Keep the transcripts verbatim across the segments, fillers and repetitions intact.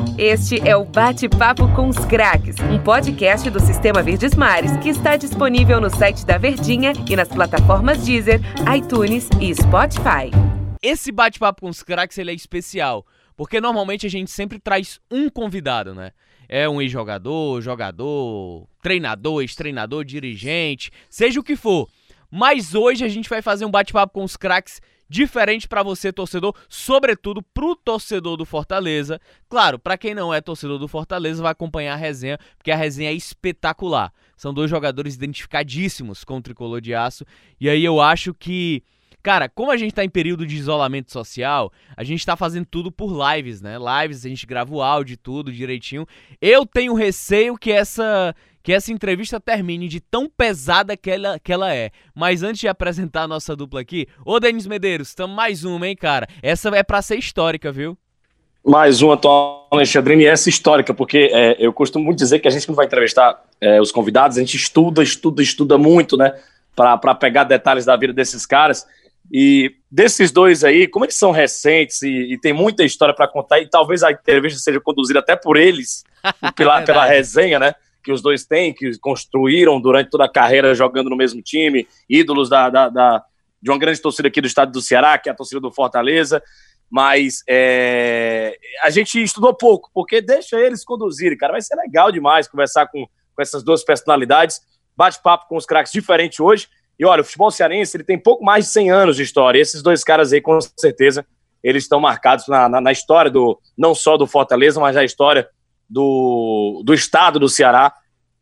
Este é o Bate-Papo com os Craques, um podcast do Sistema Verdes Mares que está disponível no site da Verdinha e nas plataformas Deezer, iTunes e Spotify. Esse Bate-Papo com os Craques ele é especial, porque normalmente a gente sempre traz um convidado, né? É um ex-jogador, jogador, treinador, ex-treinador, dirigente, seja o que for. Mas hoje a gente vai fazer um bate-papo com os craques diferente para você, torcedor, sobretudo pro torcedor do Fortaleza. Claro, para quem não é torcedor do Fortaleza, vai acompanhar a resenha, porque a resenha é espetacular. São dois jogadores identificadíssimos com o Tricolor de Aço. E aí eu acho que, cara, como a gente tá em período de isolamento social, a gente tá fazendo tudo por lives, né? Lives, a gente grava o áudio e tudo direitinho. Eu tenho receio que essa... que essa entrevista termine de tão pesada que ela, que ela é. Mas antes de apresentar a nossa dupla aqui, ô Denis Medeiros, estamos mais uma, hein, cara? Essa é pra ser histórica, viu? Mais uma, Tom Alexandrini, essa histórica, porque é, eu costumo muito dizer que a gente não vai entrevistar é, os convidados, a gente estuda, estuda, estuda muito, né, pra, pra pegar detalhes da vida desses caras. E desses dois aí, como eles são recentes e, e tem muita história pra contar, e talvez a entrevista seja conduzida até por eles, pela, pela resenha, né, que os dois têm, que construíram durante toda a carreira jogando no mesmo time, ídolos da, da, da, de uma grande torcida aqui do estado do Ceará, que é a torcida do Fortaleza, mas é, a gente estudou pouco, porque deixa eles conduzirem, cara, vai ser legal demais conversar com, com essas duas personalidades, bate-papo com os craques diferente hoje, e olha, o futebol cearense ele tem pouco mais de cem anos de história, e esses dois caras aí, com certeza, eles estão marcados na, na, na história, do, não só do Fortaleza, mas na história Do, do estado do Ceará,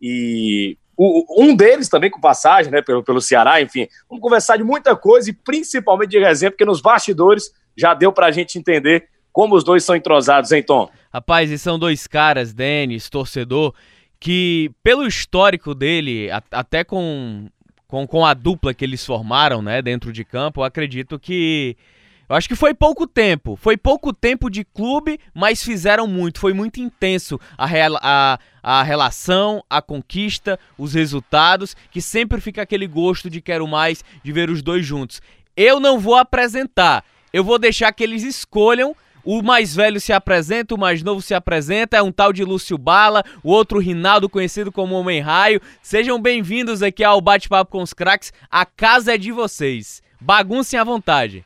e o, um deles também com passagem, né, pelo, pelo Ceará, enfim, vamos conversar de muita coisa e principalmente de resenha, porque nos bastidores já deu pra gente entender como os dois são entrosados, hein, Tom? Rapaz, e são dois caras, Denis, torcedor, que pelo histórico dele, a, até com, com, com a dupla que eles formaram, né, dentro de campo, eu acredito que Eu acho que foi pouco tempo, foi pouco tempo de clube, mas fizeram muito, foi muito intenso a, a, a relação, a conquista, os resultados, que sempre fica aquele gosto de quero mais, de ver os dois juntos. Eu não vou apresentar, eu vou deixar que eles escolham, o mais velho se apresenta, o mais novo se apresenta, é um tal de Lúcio Bala, o outro Rinaldo, conhecido como Homem Raio. Sejam bem-vindos aqui ao Bate-Papo com os Craques, a casa é de vocês, baguncem à vontade.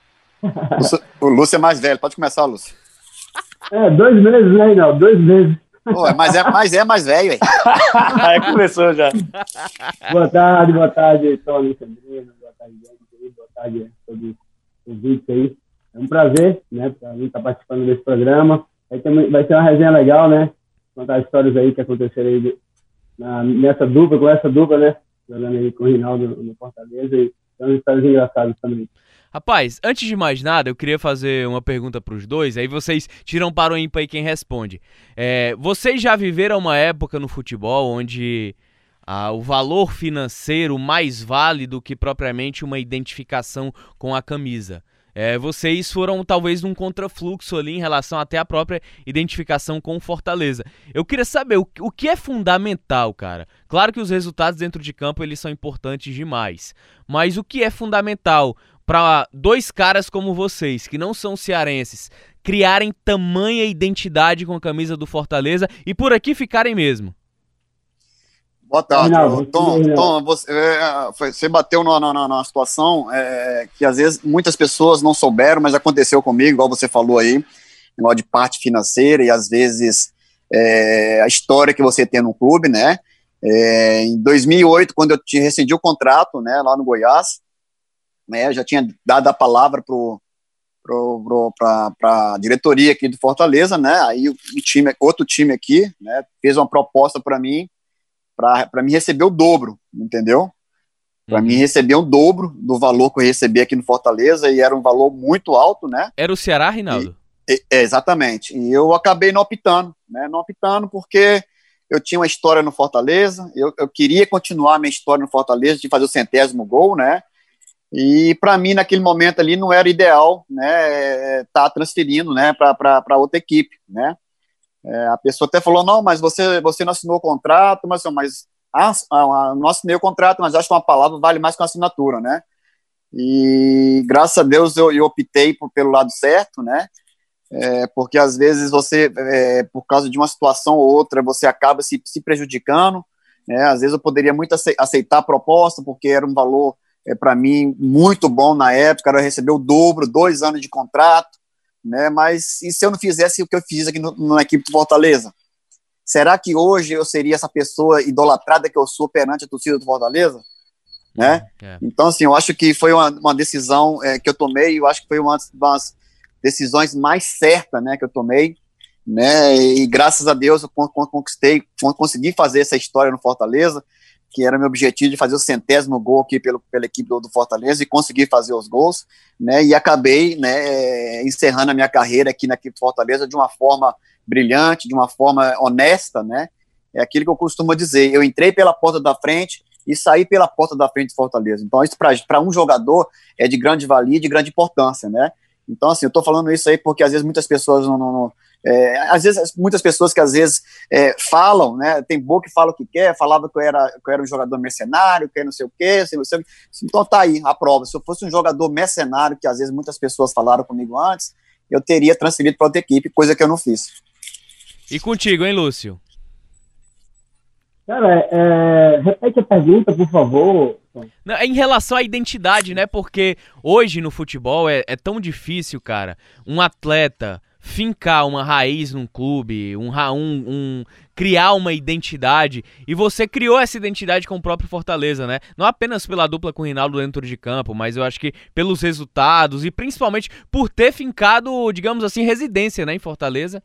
O Lúcio é mais velho, pode começar, Lúcio. É, dois meses, né, Reinaldo? Dois meses. Pô, mas, é, mas é mais velho, hein? Aí começou já. Boa tarde, boa tarde, Tony Alexandrini, boa tarde, Denis, boa tarde a todos os ouvintes aí. É um prazer, né, pra mim estar participando desse programa. Vai ter, vai ser uma resenha legal, né? Contar histórias aí que aconteceram aí na, nessa dupla, com essa dupla, né? Jogando aí com o Rinaldo no Fortaleza e tem umas histórias engraçadas também. Rapaz, antes de mais nada, eu queria fazer uma pergunta para os dois, aí vocês tiram para o ímpar aí quem responde. É, vocês já viveram uma época no futebol onde ah, o valor financeiro mais vale do que propriamente uma identificação com a camisa? É, vocês foram talvez num contrafluxo ali em relação até à própria identificação com o Fortaleza. Eu queria saber o, o que é fundamental, cara. Claro que os resultados dentro de campo eles são importantes demais, mas o que é fundamental para dois caras como vocês, que não são cearenses, criarem tamanha identidade com a camisa do Fortaleza e por aqui ficarem mesmo? Boa tarde, Não, Tom. não. Tom, você, é, foi, você bateu numa, numa, numa situação é, que às vezes muitas pessoas não souberam, mas aconteceu comigo, igual você falou aí, negócio de parte financeira e às vezes é, a história que você tem no clube, né? É, em dois mil e oito, quando eu te rescindi o contrato, né, lá no Goiás, né, eu já tinha dado a palavra pro, pro, pro, para a diretoria aqui do Fortaleza, né, aí o, o time, outro time aqui, né, fez uma proposta para mim, para me receber o dobro, entendeu? Para Uhum. mim receber o dobro do valor que eu recebi aqui no Fortaleza, e era um valor muito alto, né? Era o Ceará, Rinaldo? E, e, exatamente, e eu acabei não optando, né, não optando porque eu tinha uma história no Fortaleza, eu, eu queria continuar a minha história no Fortaleza, de fazer o centésimo gol, né, e para mim naquele momento ali não era ideal, né, estar tá transferindo, né, para outra equipe, né. É, a pessoa até falou, não, mas você, você não assinou o contrato, mas, mas ah, ah, não assinei o contrato, mas acho que uma palavra vale mais que uma assinatura, né? E graças a Deus eu, eu optei por, pelo lado certo, né? é, porque às vezes você, é, por causa de uma situação ou outra, você acaba se, se prejudicando, né? Às vezes eu poderia muito aceitar a proposta, porque era um valor, é, para mim, muito bom na época, era receber o dobro, dois anos de contrato, né? Mas e se eu não fizesse o que eu fiz aqui no, na equipe do Fortaleza? Será que hoje eu seria essa pessoa idolatrada que eu sou perante a torcida do Fortaleza? Né? É. Então, assim, eu acho que foi uma, uma decisão é, que eu tomei, eu acho que foi uma das decisões mais certas, né, que eu tomei, né, e graças a Deus eu conquistei, consegui fazer essa história no Fortaleza, que era meu objetivo de fazer o centésimo gol aqui pelo, pela equipe do, do Fortaleza, e consegui fazer os gols, né, e acabei, né, encerrando a minha carreira aqui na equipe do Fortaleza de uma forma brilhante, de uma forma honesta, né, é aquilo que eu costumo dizer, eu entrei pela porta da frente e sair pela porta da frente do Fortaleza. Então, isso para um jogador é de grande valia, de grande importância, né? Então, assim, eu estou falando isso aí porque às vezes muitas pessoas não... não, não é, às vezes, muitas pessoas que às vezes é, falam, né? Tem boca que fala o que quer, falava que eu era, que eu era um jogador mercenário, que eu não sei o quê, assim, você, então tá aí a prova. Se eu fosse um jogador mercenário, que às vezes muitas pessoas falaram comigo antes, eu teria transferido para outra equipe, coisa que eu não fiz. E contigo, hein, Lúcio? Cara, é, repete a pergunta, por favor. Não, em relação à identidade, né? Porque hoje no futebol é, é tão difícil, cara, um atleta fincar uma raiz num clube, um, um, um criar uma identidade, e você criou essa identidade com o próprio Fortaleza, né? Não apenas pela dupla com o Rinaldo dentro de campo, mas eu acho que pelos resultados e principalmente por ter fincado, digamos assim, residência, né, em Fortaleza.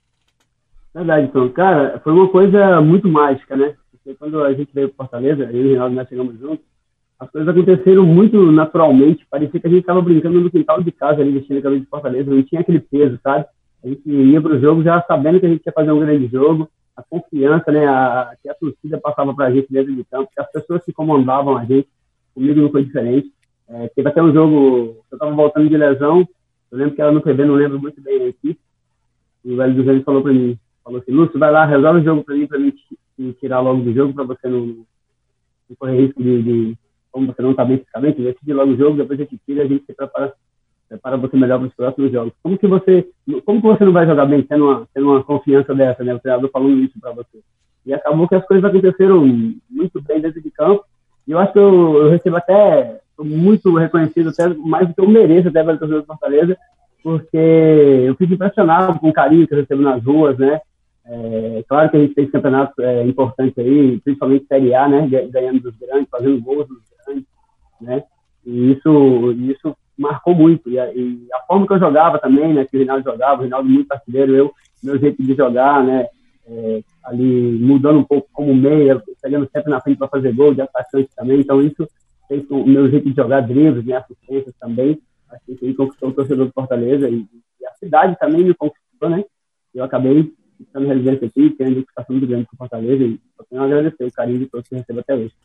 Verdade, então, cara, foi uma coisa muito mágica, né? Porque quando a gente veio para Fortaleza, eu e o Rinaldo, nós chegamos juntos, as coisas aconteceram muito naturalmente, parecia que a gente estava brincando no quintal de casa ali, vestindo a camisa de Fortaleza, não tinha aquele peso, sabe? A gente ia para o jogo já sabendo que a gente ia fazer um grande jogo, a confiança, né, a, que a torcida passava para a gente dentro de campo, que as pessoas que comandavam a gente, comigo não foi diferente. É, teve até um jogo, eu estava voltando de lesão, eu lembro que ela no P B, não lembro muito bem a equipe, e o Hélio dos Anjos falou para mim, falou assim, Lúcio, vai lá, resolve o jogo para mim, para mim te tirar logo do jogo, para você não, não correr risco de, de, como você não está bem fisicamente, decide logo o jogo, depois a gente tira, a gente se prepara, prepara você melhor para os próximos jogos. Como que você, como que você não vai jogar bem tendo uma, tendo uma confiança dessa, né? O treinador falando isso para você. E acabou que as coisas aconteceram muito bem dentro de campo, e eu acho que eu, eu recebo até, estou muito reconhecido, até mais do que eu mereço até pela torcida do Fortaleza, porque eu fico impressionado com o carinho que eu recebo nas ruas, né? É, claro que a gente fez campeonatos é, importantes aí, principalmente Série A, né? Ganhando dos grandes, fazendo gols dos grandes, né? E isso, isso marcou muito. E a, e a forma que eu jogava também, né? Que o Rinaldo jogava, o Rinaldo muito parceiro, eu, meu jeito de jogar, né? É, ali mudando um pouco como meia, pegando sempre na frente para fazer gol, de atacante também. Então isso fez com o meu jeito de jogar, dribles, né? Assistências também. Acho que isso aí conquistou o torcedor do Fortaleza e, e a cidade também me conquistou, né? Eu acabei estando residência aqui, tendo uma identificação muito grande com Fortaleza e só tenho a agradecer o carinho de todos que recebo até hoje.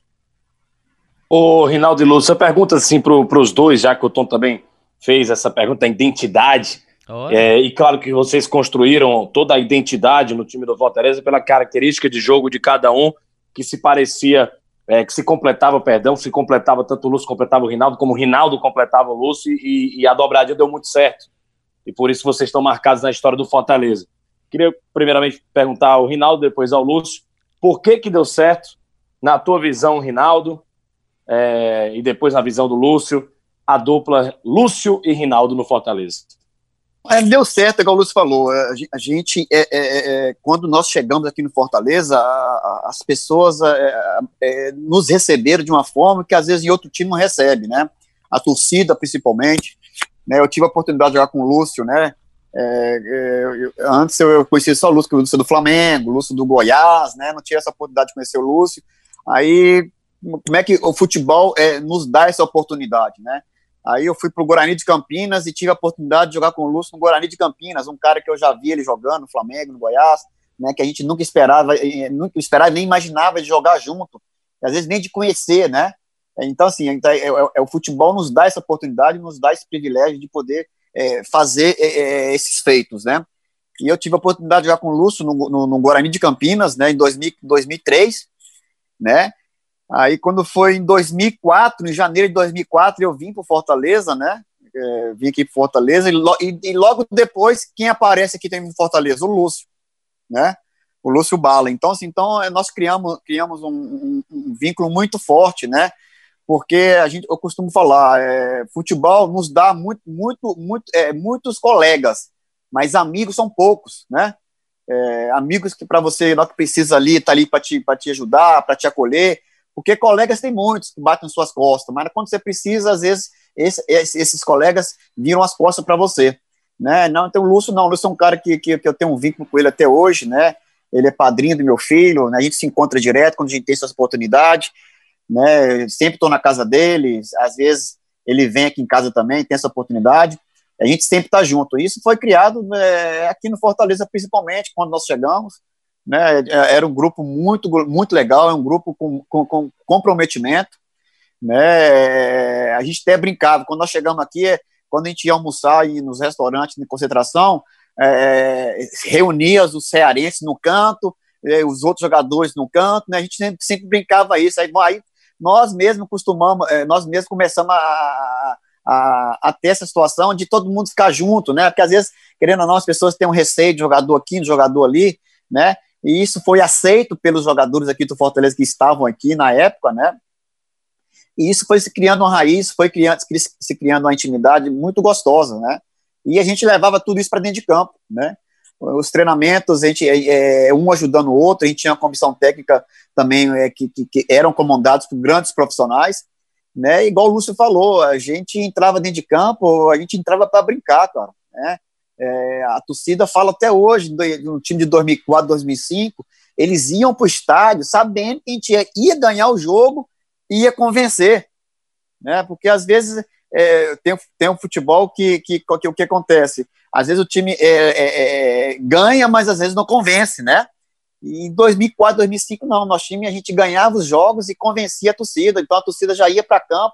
Ô, Rinaldo e Lúcio, eu pergunto assim para os dois, já que o Tom também fez essa pergunta, a identidade, é, e claro que vocês construíram toda a identidade no time do Fortaleza pela característica de jogo de cada um, que se parecia, é, que se completava, perdão, se completava, tanto o Lúcio completava o Rinaldo, como o Rinaldo completava o Lúcio, e, e a dobradinha deu muito certo, e por isso vocês estão marcados na história do Fortaleza. Queria primeiramente perguntar ao Rinaldo, depois ao Lúcio, por que que deu certo, na tua visão, Rinaldo, é, e depois na visão do Lúcio, a dupla Lúcio e Rinaldo no Fortaleza? É, deu certo, igual o Lúcio falou, a gente, é, é, é, quando nós chegamos aqui no Fortaleza, a, a, as pessoas é, é, nos receberam de uma forma que às vezes em outro time não recebe, né? A torcida, principalmente, né? Eu tive a oportunidade de jogar com o Lúcio, né? É, é, eu, antes eu conhecia só o Lúcio, o Lúcio do Flamengo, o Lúcio do Goiás, né? Não tinha essa oportunidade de conhecer o Lúcio. Aí, como é que o futebol é, nos dá essa oportunidade, né? Aí eu fui pro Guarani de Campinas e tive a oportunidade de jogar com o Lúcio no Guarani de Campinas, um cara que eu já vi ele jogando no Flamengo, no Goiás, né? Que a gente nunca esperava, nunca esperava, nem imaginava de jogar junto, às vezes nem de conhecer, né? Então, assim, é, é, é, o futebol nos dá essa oportunidade, nos dá esse privilégio de poder É, fazer é, esses feitos, né? E eu tive a oportunidade de jogar com o Lúcio no, no, no Guarani de Campinas, né, em dois mil, dois mil e três, né? Aí quando foi em dois mil e quatro, em janeiro de dois mil e quatro, eu vim para Fortaleza, né? é, vim aqui para Fortaleza, e, lo, e, e logo depois, quem aparece aqui tem em Fortaleza? O Lúcio, né? O Lúcio Bala. Então, assim, então nós criamos, criamos um, um, um vínculo muito forte, né? Porque a gente, eu costumo falar, é, futebol nos dá muito, muito, muito, é, muitos colegas, mas amigos são poucos, né? É, amigos que para você, não que precisa ali, tá ali para te, para te ajudar, para te acolher, porque colegas tem muitos que batem suas costas, mas quando você precisa, às vezes, esse, esses colegas viram as costas para você, né? Não, então o Lúcio não, o Lúcio é um cara que, que, que eu tenho um vínculo com ele até hoje, né? Ele é padrinho do meu filho, né? A gente se encontra direto quando a gente tem essas oportunidades, né? Sempre estou na casa dele, às vezes ele vem aqui em casa também, tem essa oportunidade, a gente sempre está junto. Isso foi criado é, aqui no Fortaleza, principalmente, quando nós chegamos, né? Era um grupo muito, muito legal, é um grupo com, com, com comprometimento, né? A gente até brincava, quando nós chegamos aqui, quando a gente ia almoçar e nos restaurantes de concentração, é, reunia os cearenses no canto, é, os outros jogadores no canto, né? A gente sempre, sempre brincava isso, aí, aí nós mesmos costumamos, é, nós mesmos começamos a, a, a ter essa situação de todo mundo ficar junto, né? Porque às vezes, querendo ou não, as pessoas têm um receio de jogador aqui, de jogador ali, né? E isso foi aceito pelos jogadores aqui do Fortaleza que estavam aqui na época, né? E isso foi se criando uma raiz, foi criando, se criando uma intimidade muito gostosa, né? E a gente levava tudo isso para dentro de campo, né? Os treinamentos, a gente, é, um ajudando o outro, a gente tinha uma comissão técnica também é, que, que, que eram comandados por grandes profissionais, né? Igual o Lúcio falou, a gente entrava dentro de campo, a gente entrava para brincar, cara, né? É, a torcida fala até hoje, no time de dois mil e quatro, dois mil e cinco, eles iam para o estádio sabendo que a gente ia, ia ganhar o jogo e ia convencer, né? Porque às vezes é, tem, tem um futebol que, que, que o que acontece? Às vezes o time é, é, é, ganha, mas às vezes não convence, né? E em dois mil e quatro, dois mil e cinco, não, nosso time a gente ganhava os jogos e convencia a torcida, então a torcida já ia para campo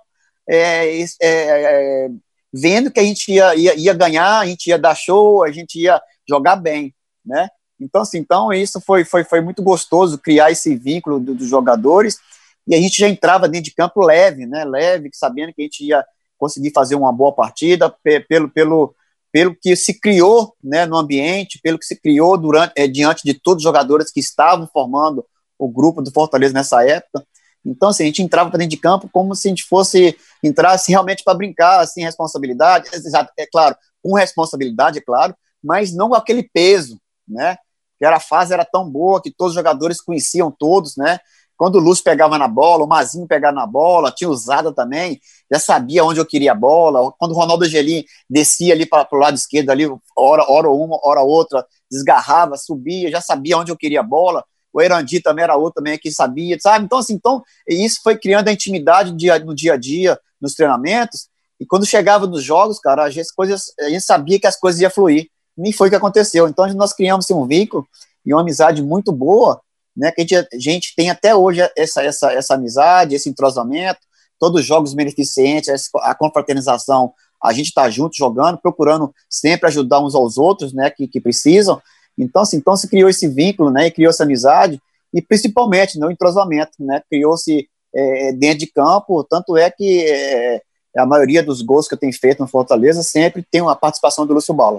é, é, é, vendo que a gente ia, ia, ia ganhar, a gente ia dar show, a gente ia jogar bem, né? Então, assim, então isso foi, foi, foi muito gostoso, criar esse vínculo do, dos jogadores, e a gente já entrava dentro de campo leve, né? Leve, sabendo que a gente ia conseguir fazer uma boa partida, pelo, pelo, pelo que se criou, né, no ambiente, pelo que se criou durante, é, diante de todos os jogadores que estavam formando o grupo do Fortaleza nessa época. Então, assim, a gente entrava para dentro de campo como se a gente fosse, entrasse realmente para brincar, assim, responsabilidade, é claro, com responsabilidade, é claro, mas não com aquele peso, né, que era, a fase era tão boa que todos os jogadores conheciam todos, né, quando o Lúcio pegava na bola, o Mazinho pegava na bola, tinha o Zada também, já sabia onde eu queria a bola, quando o Ronaldo Angelim descia ali para o lado esquerdo, ali, hora, hora uma, hora outra, desgarrava, subia, já sabia onde eu queria a bola, o Erandi também era outro também que sabia, sabe? Então, assim, então, isso foi criando a intimidade dia, no dia a dia, nos treinamentos, e quando chegava nos jogos, cara, a gente, coisas, a gente sabia que as coisas iam fluir, nem foi o que aconteceu. Então, nós criamos assim, um vínculo e uma amizade muito boa, né, que a gente, a gente tem até hoje essa, essa, essa amizade, esse entrosamento, todos os jogos beneficentes, a confraternização, a gente está junto jogando, procurando sempre ajudar uns aos outros, né, que, que precisam. Então, assim, então se criou esse vínculo, né, e criou essa amizade, e principalmente, né, o entrosamento, né, criou-se é, dentro de campo, tanto é que é, a maioria dos gols que eu tenho feito no Fortaleza sempre tem uma participação do Lúcio Bala.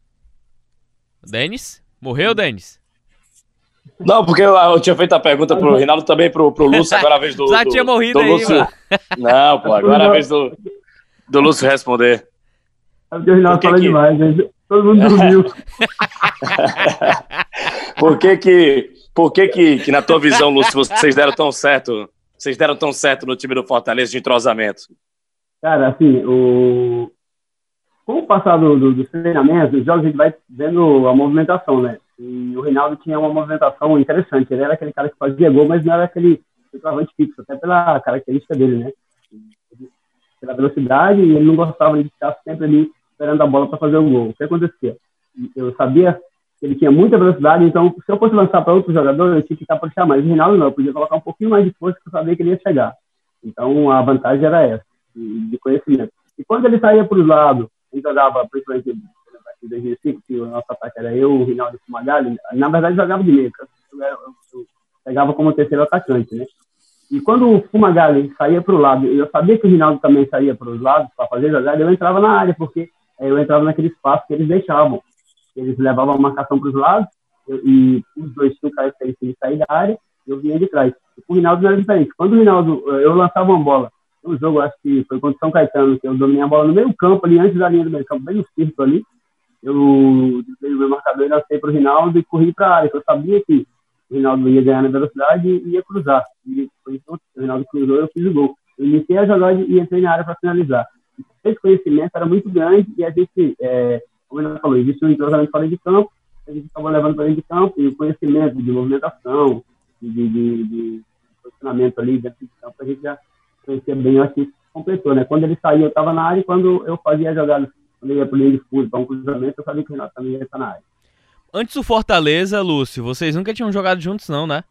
Denis? Morreu, Denis? Não, porque eu, eu tinha feito a pergunta pro Rinaldo, também pro, pro Lúcio, agora a vez do, Já do, tinha morrido do aí, Lúcio. mano. Não, pô, agora a vez do, do Lúcio responder. É porque o Rinaldo Por que fala que... demais, gente. Todo mundo dormiu. Por que que, por que que, que na tua visão, Lúcio, vocês deram tão certo, vocês deram tão certo no time do Fortaleza de entrosamento? Cara, assim, o... com o passar do, do, dos treinamentos, os jogos, a gente vai vendo a movimentação, né? E o Rinaldo tinha uma movimentação interessante. Ele era aquele cara que fazia gol, mas não era aquele centroavante fixo, até pela característica dele, né? Pela velocidade, e ele não gostava de ficar sempre ali esperando a bola para fazer o gol. O que acontecia? Eu sabia que ele tinha muita velocidade, então se eu fosse lançar para outro jogador, eu tinha que caprichar mais. O Rinaldo não, eu podia colocar um pouquinho mais de força que eu sabia que ele ia chegar. Então a vantagem era essa, de conhecimento. E quando ele saía para os lados, ele jogava, principalmente em dois mil e cinco, que o nosso ataque era eu, o Rinaldo e o Fumagalli, na verdade jogava de meio, eu, eu, eu pegava como terceiro atacante, né? E quando o Fumagalli saía para o lado, eu sabia que o Rinaldo também saía para os lados para fazer jogada, eu entrava na área, porque eu entrava naquele espaço que eles deixavam. Eles levavam a marcação para os lados, eu, e os dois tinham característica de sair da área, eu vinha de trás. E com o Rinaldo não era diferente. Quando o Rinaldo, eu lançava uma bola, no jogo, acho que foi contra o São Caetano, que eu dominei a bola no meio campo, ali antes da linha do meio campo, bem no círculo ali, eu dei o meu marcador e lancei para o Rinaldo e corri para a área, que eu sabia que o Rinaldo ia ganhar na velocidade e ia cruzar. E foi isso, o Rinaldo cruzou e eu fiz o gol. Eu iniciei a jogada e entrei na área para finalizar. Esse conhecimento era muito grande e a gente, é, como ele falou, existe um entrosamento fora de campo, a gente acabou levando para dentro de campo, e o conhecimento de movimentação, de, de, de posicionamento ali dentro de campo, a gente já conhecia bem, eu acho que completou, né? Quando ele saiu, eu estava na área, e quando eu fazia a jogada, quando eu ia para o linha de fundo, para um cruzamento, eu sabia que o Rinaldo também ia estar na área. Antes do Fortaleza, Lúcio, vocês nunca tinham jogado juntos, não, né?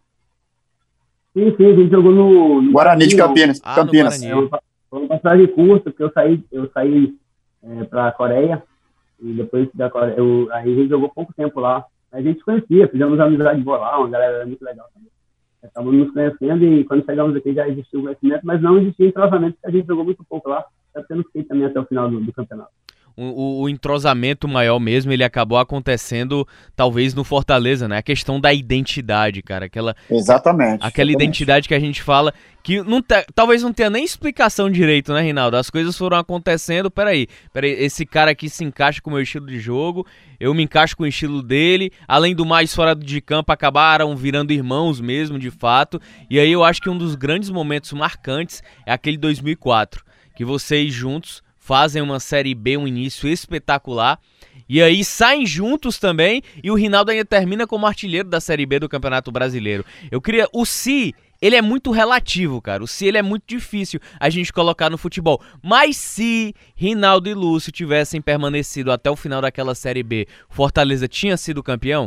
Sim, sim, a gente jogou no... no Guarani de Campinas. Ah, Campinas. no É, uma, foi uma passagem de curso, porque eu saí, eu saí é, para a Coreia, e depois da Coreia, eu, aí a gente jogou pouco tempo lá. A gente se conhecia, fizemos amizade boa lá, uma galera muito legal também. Estávamos nos conhecendo e quando chegamos aqui já existia o conhecimento, mas não existia entrosamento, porque a gente jogou muito pouco lá, até porque eu não fiquei também até o final do, do campeonato. O, o, o entrosamento maior mesmo, ele acabou acontecendo talvez no Fortaleza, né? A questão da identidade, cara. Aquela, Exatamente. Aquela exatamente. identidade que a gente fala que não te, talvez não tenha nem explicação direito, né, Rinaldo? As coisas foram acontecendo, peraí, peraí, esse cara aqui se encaixa com o meu estilo de jogo, eu me encaixo com o estilo dele, além do mais, fora de campo, acabaram virando irmãos mesmo, de fato, e aí eu acho que um dos grandes momentos marcantes é aquele dois mil e quatro, que vocês juntos fazem uma Série B, um início espetacular, e aí saem juntos também, e o Rinaldo ainda termina como artilheiro da Série B do Campeonato Brasileiro. Eu queria... O se, ele é muito relativo, cara. O se, ele é muito difícil a gente colocar no futebol. Mas se Rinaldo e Lúcio tivessem permanecido até o final daquela Série B, Fortaleza tinha sido campeão?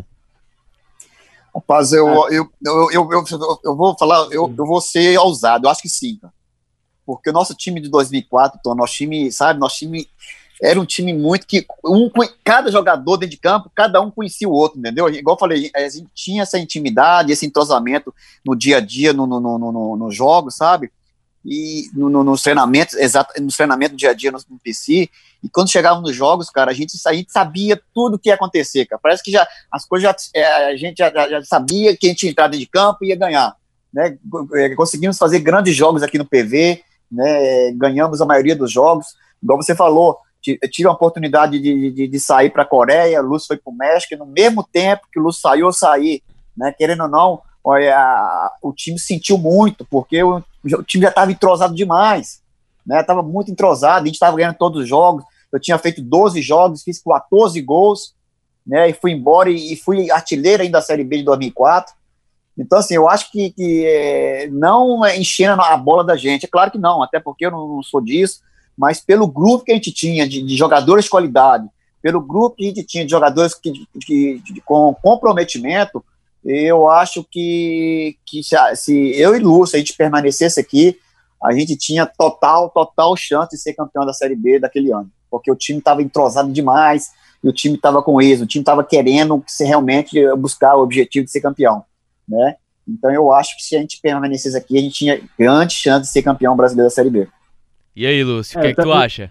Rapaz, eu, eu, eu, eu, eu, eu vou falar, eu, eu vou ser ousado, eu acho que sim, cara. Porque o nosso time de dois mil e quatro, Tom, nosso time, sabe, nosso time era um time muito que, um, cada jogador dentro de campo, cada um conhecia o outro, entendeu? Igual eu falei, a gente tinha essa intimidade, esse entrosamento no dia a dia, no, no, no, no, no jogo, sabe? E no, no, nos treinamentos, exato, nos treinamentos do dia a dia no, no P C, e quando chegávamos nos jogos, cara, a gente, a gente sabia tudo o que ia acontecer, cara. Parece que já, as coisas já, é, a gente já, já sabia que a gente ia entrar dentro de campo e ia ganhar, né? Conseguimos fazer grandes jogos aqui no P V, né, ganhamos a maioria dos jogos, igual você falou, eu tive a oportunidade de, de, de sair para a Coreia, o Lúcio foi para o México, e no mesmo tempo que o Lúcio saiu, eu saí, né, querendo ou não, olha, o time sentiu muito, porque o, o time já estava entrosado demais, né, estava muito entrosado, a gente estava ganhando todos os jogos, eu tinha feito doze jogos, fiz quatorze gols, né, e fui embora, e, e fui artilheiro ainda da Série B de dois mil e quatro. Então, assim, eu acho que, que é, não enchendo a bola da gente, é claro que não, até porque eu não, não sou disso, mas pelo grupo que a gente tinha de, de jogadores de qualidade, pelo grupo que a gente tinha de jogadores que, que, de, com comprometimento, eu acho que, que se, se eu e Lúcio, a gente permanecesse aqui, a gente tinha total, total chance de ser campeão da Série B daquele ano, porque o time estava entrosado demais, e o time estava com êxito, o time estava querendo se realmente buscar o objetivo de ser campeão, né? Então eu acho que se a gente permanecesse aqui, a gente tinha grande chance de ser campeão brasileiro da Série B. E aí, Lúcio, o É, que é que tu também, acha?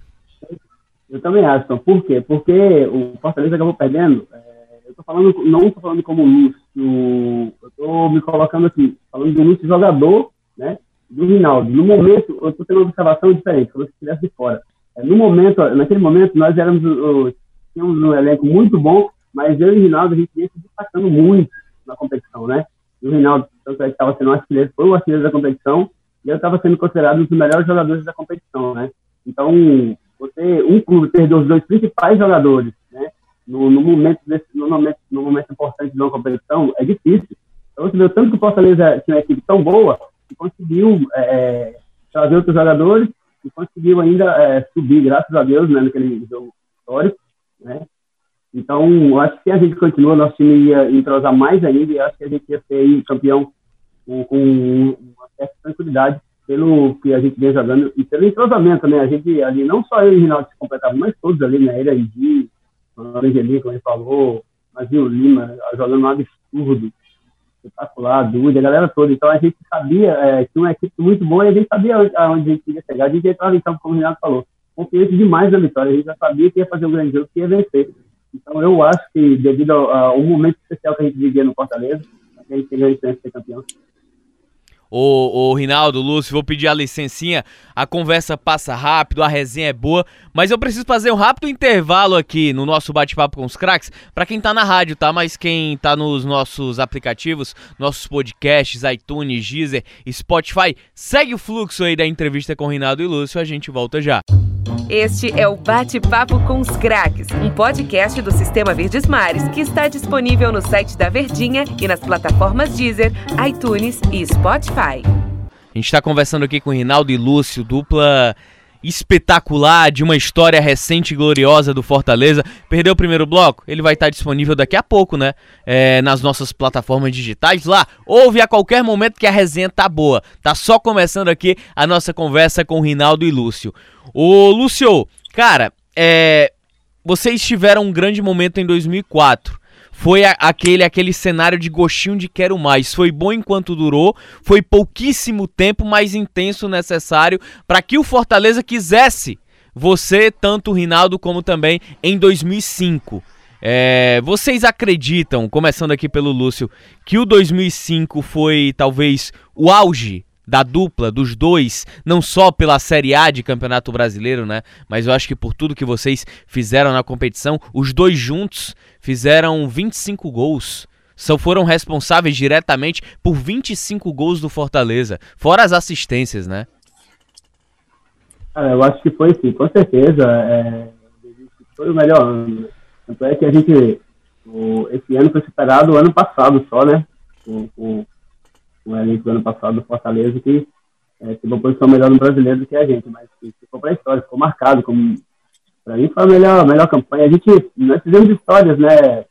Eu também acho, então. Por quê? Porque o Fortaleza acabou perdendo. É, eu tô falando, não estou falando como Lúcio, eu estou me colocando aqui, falando do Lúcio jogador, né? Do Rinaldo. No momento, eu estou tendo uma observação diferente, como se estivesse de fora. É, no momento, naquele momento, nós éramos, uh, tínhamos um elenco muito bom, mas eu e o Rinaldo, a gente vinha se destacando muito na competição, né? E o Rinaldo, tanto é que estava sendo um artilheiro, foi o artilheiro da competição, e eu estava sendo considerado um dos melhores jogadores da competição, né? Então, você, um clube perdeu os dois principais jogadores, né? No, no, momento desse, no, momento, no momento importante de uma competição, é difícil. Então, você viu tanto que o Fortaleza tinha uma equipe tão boa, que conseguiu é, trazer outros jogadores, e conseguiu ainda é, subir, graças a Deus, né, naquele jogo histórico, né? Então, eu acho que se a gente continua, nosso time ia entrosar mais ainda, e acho que a gente ia ser aí campeão com, com uma certa tranquilidade pelo que a gente vem jogando e pelo entrosamento, né? A gente ali, não só eu e o Rinaldo se completavam, mas todos ali, né? Ele, a Angelinho, como ele falou, mas o Lima jogando um absurdo. espetacular, Dude, a galera toda. Então a gente sabia é, que uma equipe muito boa e a gente sabia aonde a gente ia chegar. A gente entrava em campo, como o Renato falou, confiante demais na vitória. A gente já sabia que ia fazer um grande jogo, que ia vencer. Então eu acho que, devido ao, ao momento especial que a gente vivia no Fortaleza, a gente teve a chance de ser campeão. Ô, ô Rinaldo, Lúcio, vou pedir a licencinha, a conversa passa rápido, a resenha é boa, mas eu preciso fazer um rápido intervalo aqui no nosso bate-papo com os craques, pra quem tá na rádio, tá? Mas quem tá nos nossos aplicativos, nossos podcasts, iTunes, Deezer, Spotify, segue o fluxo aí da entrevista com o Rinaldo e Lúcio, a gente volta já. Este é o Bate-Papo com os Craques, um podcast do Sistema Verdes Mares que está disponível no site da Verdinha e nas plataformas Deezer, iTunes e Spotify. A gente está conversando aqui com o Rinaldo e Lúcio, dupla espetacular de uma história recente e gloriosa do Fortaleza. Perdeu o primeiro bloco? Ele vai estar disponível daqui a pouco, né? É, nas nossas plataformas digitais. Lá, ouve a qualquer momento que a resenha tá boa. Tá só começando aqui a nossa conversa com o Rinaldo e Lúcio. Ô, Lúcio, cara, é, vocês tiveram um grande momento em dois mil e quatro. Foi a, aquele, aquele cenário de gostinho de quero mais. Foi bom enquanto durou, foi pouquíssimo tempo, mas intenso necessário para que o Fortaleza quisesse você, tanto o Rinaldo como também em dois mil e cinco. É, vocês acreditam, começando aqui pelo Lúcio, que o dois mil e cinco foi talvez o auge da dupla, dos dois, não só pela Série A de Campeonato Brasileiro, né? Mas eu acho que por tudo que vocês fizeram na competição, os dois juntos fizeram vinte e cinco gols. Só foram responsáveis diretamente por vinte e cinco gols do Fortaleza, fora as assistências, né? Cara, eu acho que foi sim, com certeza. É, foi o melhor ano. Tanto é que a gente, o, esse ano foi superado o ano passado só, né? Com, com, o elenco do ano passado do Fortaleza, que é, teve uma posição melhor no brasileiro do que a gente, mas ficou para a história, ficou marcado. Como, para mim foi a melhor, a melhor campanha. A gente, nós fizemos histórias, né?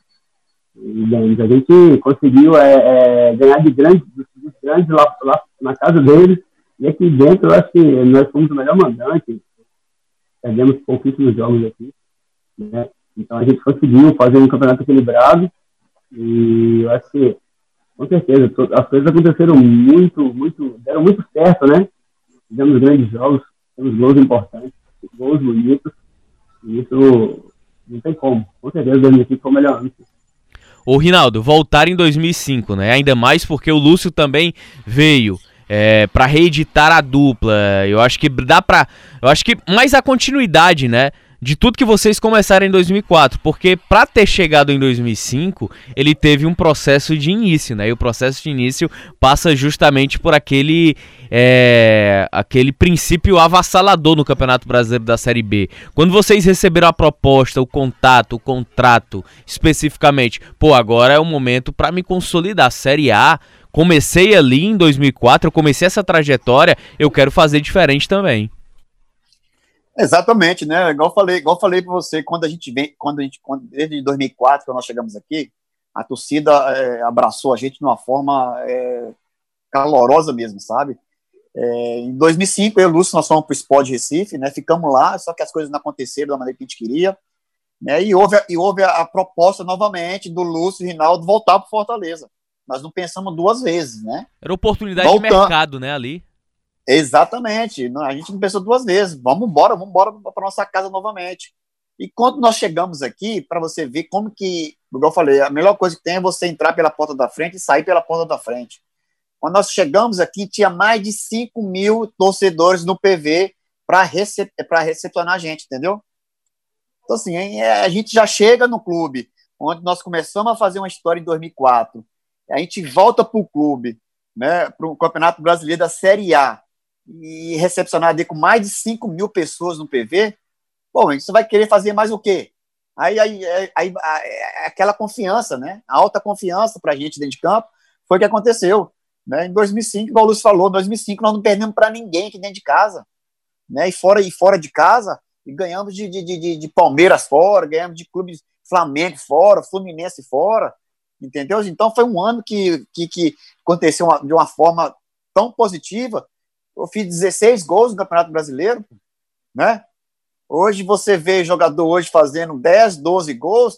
E a gente conseguiu é, é, ganhar de grandes, dos grandes lá, lá na casa deles, e aqui dentro eu acho que nós fomos o melhor mandante. Perdemos pouquíssimos jogos aqui, né? Então a gente conseguiu fazer um campeonato equilibrado, e eu acho que com certeza, as coisas aconteceram muito, muito, deram muito certo, né? Fizemos grandes jogos, temos gols importantes, gols bonitos, e isso não tem como. Com certeza, dois mil e cinco foi o melhor ano. Ô, Rinaldo, voltar em dois mil e cinco, né? Ainda mais porque o Lúcio também veio é, para reeditar a dupla. Eu acho que dá pra... Eu acho que mais a continuidade, né? De tudo que vocês começaram em dois mil e quatro, porque para ter chegado em dois mil e cinco, ele teve um processo de início, né? E o processo de início passa justamente por aquele, é, aquele princípio avassalador no Campeonato Brasileiro da Série B. Quando vocês receberam a proposta, o contato, o contrato, especificamente, pô, agora é o momento para me consolidar. A Série A, comecei ali em dois mil e quatro, eu comecei essa trajetória, eu quero fazer diferente também. Exatamente, né? Igual eu falei, igual eu falei para você, quando a gente vem, quando a gente, quando, desde dois mil e quatro, quando nós chegamos aqui, a torcida é, abraçou a gente de uma forma é, calorosa mesmo, sabe? É, em dois mil e cinco, eu e o Lúcio, nós fomos para o Sport de Recife, né? Ficamos lá, só que as coisas não aconteceram da maneira que a gente queria, né? E houve, e houve a, a proposta novamente do Lúcio e Rinaldo voltar para Fortaleza. Nós não pensamos duas vezes, né? Era oportunidade Voltando. de mercado, né, ali. Exatamente, a gente não pensou duas vezes, vamos embora, vamos embora para nossa casa novamente. E quando nós chegamos aqui, para você ver como que, igual eu falei, a melhor coisa que tem é você entrar pela porta da frente e sair pela porta da frente. Quando nós chegamos aqui, tinha mais de cinco mil torcedores no P V para recep recepcionar a gente, entendeu? Então assim, a gente já chega no clube, onde nós começamos a fazer uma história em dois mil e quatro, a gente volta para o clube, né, para o Campeonato Brasileiro da Série A, e recepcionar ali com mais de cinco mil pessoas no P V, bom, você vai querer fazer mais o quê? Aí, aí, aí, aí aquela confiança, né? A alta confiança pra gente dentro de campo foi o que aconteceu, né? Em dois mil e cinco, igual o Lúcio falou, em dois mil e cinco nós não perdemos para ninguém aqui dentro de casa, né? E fora, e fora de casa, e ganhamos de, de, de, de Palmeiras fora, ganhamos de clubes Flamengo fora, Fluminense fora, entendeu? Então foi um ano que, que, que aconteceu uma, de uma forma tão positiva. Eu fiz dezesseis gols no Campeonato Brasileiro, né? Hoje você vê jogador hoje fazendo dez, doze gols,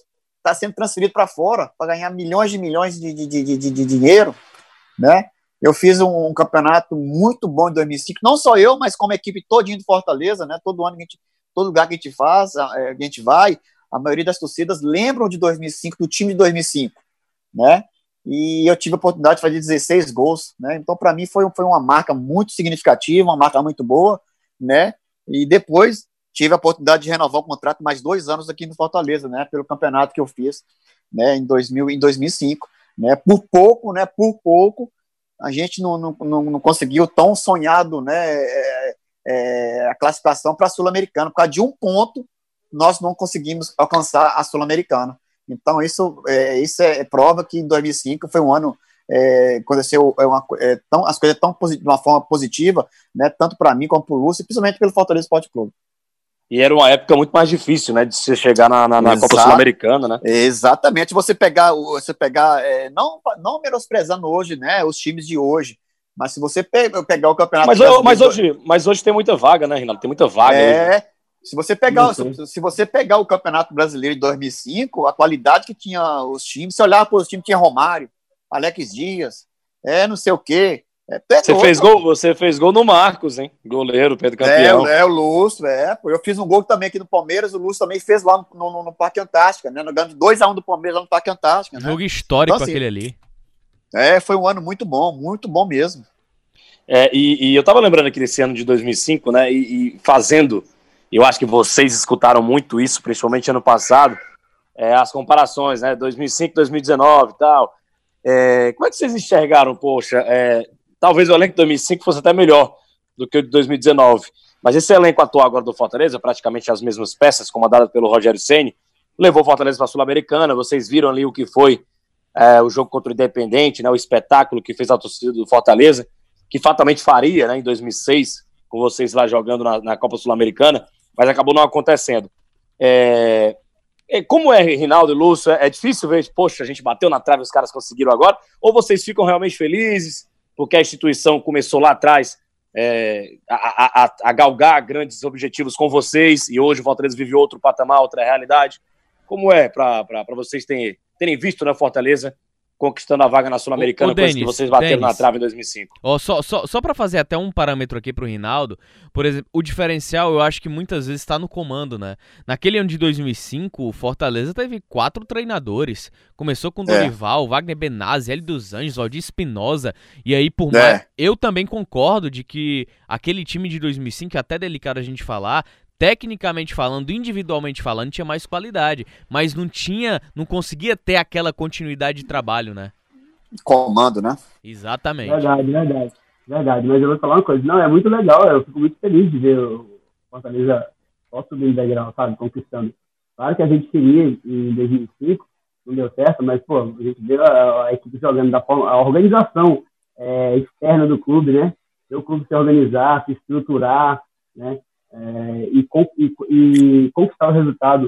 está sendo transferido para fora para ganhar milhões de milhões de, de, de, de, de dinheiro, né? Eu fiz um, um campeonato muito bom em dois mil e cinco, não só eu, mas como a equipe todinha do Fortaleza, né? Todo ano que a gente, todo lugar que a gente faz, a, a gente vai, a maioria das torcidas lembram de dois mil e cinco, do time de dois mil e cinco, né? E eu tive a oportunidade de fazer dezesseis gols, né? Então, para mim, foi, foi uma marca muito significativa, uma marca muito boa, né? E depois tive a oportunidade de renovar o contrato mais dois anos aqui no Fortaleza, né? Pelo campeonato que eu fiz, né? Em, dois mil, em dois mil e cinco, né? Por pouco, né? Por pouco, a gente não, não, não, não conseguiu tão sonhado, né? É, é, a classificação para a Sul-Americana. Por causa de um ponto, nós não conseguimos alcançar a Sul-Americana. Então, isso é, isso é prova que em dois mil e cinco foi um ano é, aconteceu é uma, é, tão, as coisas tão de uma forma positiva, né, tanto para mim como para o Lúcio, e principalmente pelo Fortaleza Esporte Clube. E era uma época muito mais difícil, né, de você chegar na, na, na Copa Sul-Americana, né? Exatamente, você pegar, você pegar é, não, não menosprezando hoje, né, os times de hoje, mas se você pe- pegar o campeonato... Mas, eu, mas, hoje, mas hoje tem muita vaga, né, Rinaldo? Tem muita vaga é, hoje. Se você, pegar, se, se você pegar o Campeonato Brasileiro de dois mil e cinco, a qualidade que tinha os times, se olhar para os times, tinha Romário, Alex Dias, é não sei o quê. É, você, fez gol, você fez gol no Marcos, hein? Goleiro, Pedro Campeão. É, é o Lúcio, é. Eu fiz um gol também aqui no Palmeiras, o Lúcio também fez lá no, no, no Parque Antártica, né? No ganho de dois a um do Palmeiras lá no Parque Antártica. Né? Jogo histórico então, assim, aquele ali. É, foi um ano muito bom, muito bom mesmo. É, e, e eu tava lembrando aqui desse ano de dois mil e cinco, né? E, e fazendo... Eu acho que vocês escutaram muito isso, principalmente ano passado, é, as comparações, né? dois mil e cinco, dois mil e dezenove e tal. É, como é que vocês enxergaram, poxa, é, talvez o elenco de dois mil e cinco fosse até melhor do que o de dois mil e dezenove, mas esse elenco atual agora do Fortaleza, praticamente as mesmas peças, comandado pelo Rogério Ceni, levou o Fortaleza para a Sul-Americana. Vocês viram ali o que foi é, o jogo contra o Independente, né? O espetáculo que fez a torcida do Fortaleza, que fatalmente faria, né, em dois mil e seis, com vocês lá jogando na, na Copa Sul-Americana, mas acabou não acontecendo. É... Como é, Rinaldo e Lúcio, é difícil ver, poxa, a gente bateu na trave e os caras conseguiram agora, ou vocês ficam realmente felizes porque a instituição começou lá atrás é, a, a, a galgar grandes objetivos com vocês e hoje o Fortaleza vive outro patamar, outra realidade? Como é para vocês terem, terem visto na Fortaleza conquistando a vaga na Sul-Americana, coisa que vocês bateram Dennis, na trave em dois mil e cinco. Ó, só só, só para fazer até um parâmetro aqui pro Rinaldo, por exemplo, o diferencial eu acho que muitas vezes está no comando, né? Naquele ano de dois mil e cinco, o Fortaleza teve quatro treinadores. Começou com Dorival, é. Wagner Benazzi, Hélio dos Anjos, Aldir Espinosa, e aí por mais... É. Eu também concordo de que aquele time de dois mil e cinco, é até delicado a gente falar, tecnicamente falando, individualmente falando, tinha mais qualidade, mas não tinha, não conseguia ter aquela continuidade de trabalho, né? Comando, né? Exatamente. Verdade, verdade, verdade. Mas eu vou falar uma coisa, não, é muito legal, eu fico muito feliz de ver o Fortaleza só subindo degrau, sabe, conquistando. Claro que a gente queria em dois mil e cinco, não deu certo, mas, pô, a gente viu a, a equipe jogando da forma, a organização é, externa do clube, né? Ver o clube se organizar, se estruturar, né? É, e, e, e conquistar o resultado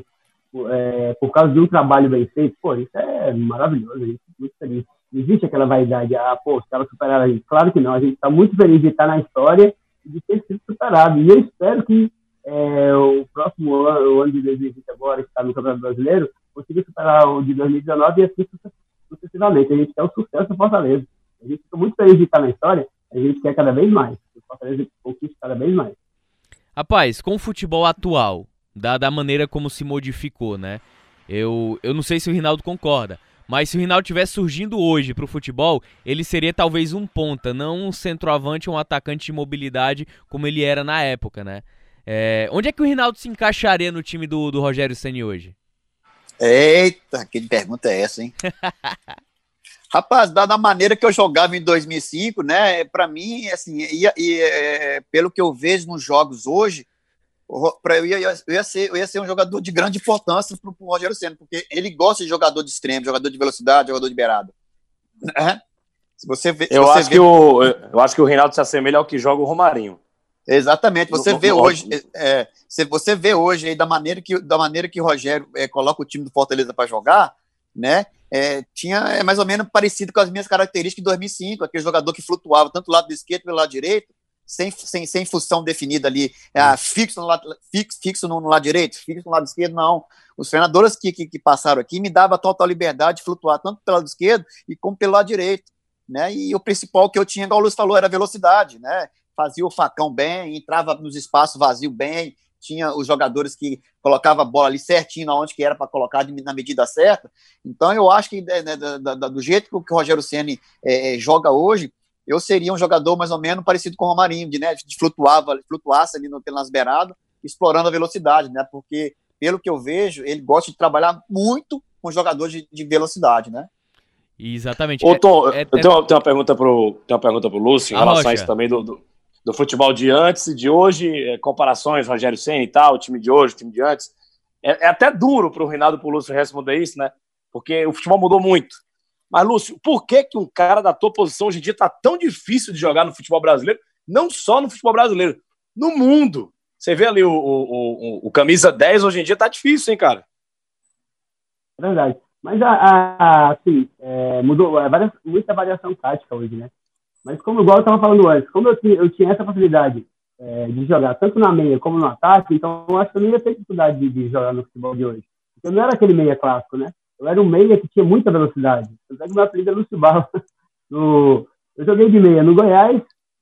é, por causa de um trabalho bem feito, pô, isso é maravilhoso, a gente é muito feliz. Não existe aquela vaidade, ah, pô, os caras superaram a gente. Claro que não, a gente está muito feliz de estar na história e de ter sido superado. E eu espero que é, o próximo ano, o ano de dois mil e vinte agora, que está no Campeonato Brasileiro, consiga superar o de dois mil e dezenove e assim sucessivamente. A gente quer o sucesso do Fortaleza. A gente fica muito feliz de estar na história, a gente quer cada vez mais. O Fortaleza conquista cada vez mais. Rapaz, com o futebol atual, da, da maneira como se modificou, né? Eu, eu não sei se o Rinaldo concorda, mas se o Rinaldo tivesse surgindo hoje pro futebol, ele seria talvez um ponta, não um centroavante ou um atacante de mobilidade como ele era na época, né? É, onde é que o Rinaldo se encaixaria no time do, do Rogério Ceni hoje? Eita, que pergunta é essa, hein? Rapaz, da, da maneira que eu jogava em dois mil e cinco, né, para mim, assim, ia, ia, é, pelo que eu vejo nos jogos hoje, pra, eu, ia, eu, ia ser, eu ia ser um jogador de grande importância pro, pro Rogério Ceni, porque ele gosta de jogador de extremo, jogador de velocidade, jogador de beirada. É? Se você vê, se eu, você acho vê... que o, eu acho que o Rinaldo se assemelha ao que joga o Romarinho. Exatamente, você no, vê no, hoje, no... é, você vê hoje aí da maneira que, da maneira que o Rogério é, coloca o time do Fortaleza para jogar, né? É, tinha, é mais ou menos parecido com as minhas características de dois mil e cinco, aquele jogador que flutuava tanto do lado esquerdo pelo lado direito, sem, sem, sem função definida ali, é, fixo, no lado, fixo, fixo no, no lado direito, fixo no lado esquerdo, não. Os treinadores que, que, que passaram aqui me davam total liberdade de flutuar tanto pelo lado esquerdo e como pelo lado direito, né? E o principal que eu tinha, igual o Luiz falou, era a velocidade, né? Fazia o facão bem, entrava nos espaços vazios bem, tinha os jogadores que colocavam a bola ali certinho onde que era para colocar na medida certa. Então eu acho que né, da, da, do jeito que o Rogério Ceni é, joga hoje, eu seria um jogador mais ou menos parecido com o Romarinho, de, né, de flutuava, flutuasse ali no, nas beiradas, explorando a velocidade, né? Porque pelo que eu vejo, ele gosta de trabalhar muito com jogadores de, de velocidade, né? Exatamente. Ô, Tom, é, é, eu tenho uma, tenho uma pergunta pro, tenho uma pergunta pro Lúcio em relação Rocha. a isso também do, do, do futebol de antes e de hoje, é, comparações, Rogério Ceni e tal, o time de hoje, o time de antes. É, é até duro pro Reinaldo e pro Lúcio responder isso, né? Porque o futebol mudou muito. Mas, Lúcio, por que que um cara da tua posição hoje em dia tá tão difícil de jogar no futebol brasileiro? Não só no futebol brasileiro, no mundo. Você vê ali o, o, o, o camisa dez hoje em dia tá difícil, hein, cara? É verdade. Mas, a, a, assim, é, mudou, é, várias, muita variação tática hoje, né? Mas como igual eu estava falando antes, como eu tinha, eu tinha essa facilidade é, de jogar tanto na meia como no ataque, então eu acho que eu não ia ter dificuldade de, de jogar no futebol de hoje. Eu não era aquele meia clássico, né? Eu era um meia que tinha muita velocidade. Tanto é que meu apelido é Lúcio Barros. No, eu joguei de meia no Goiás,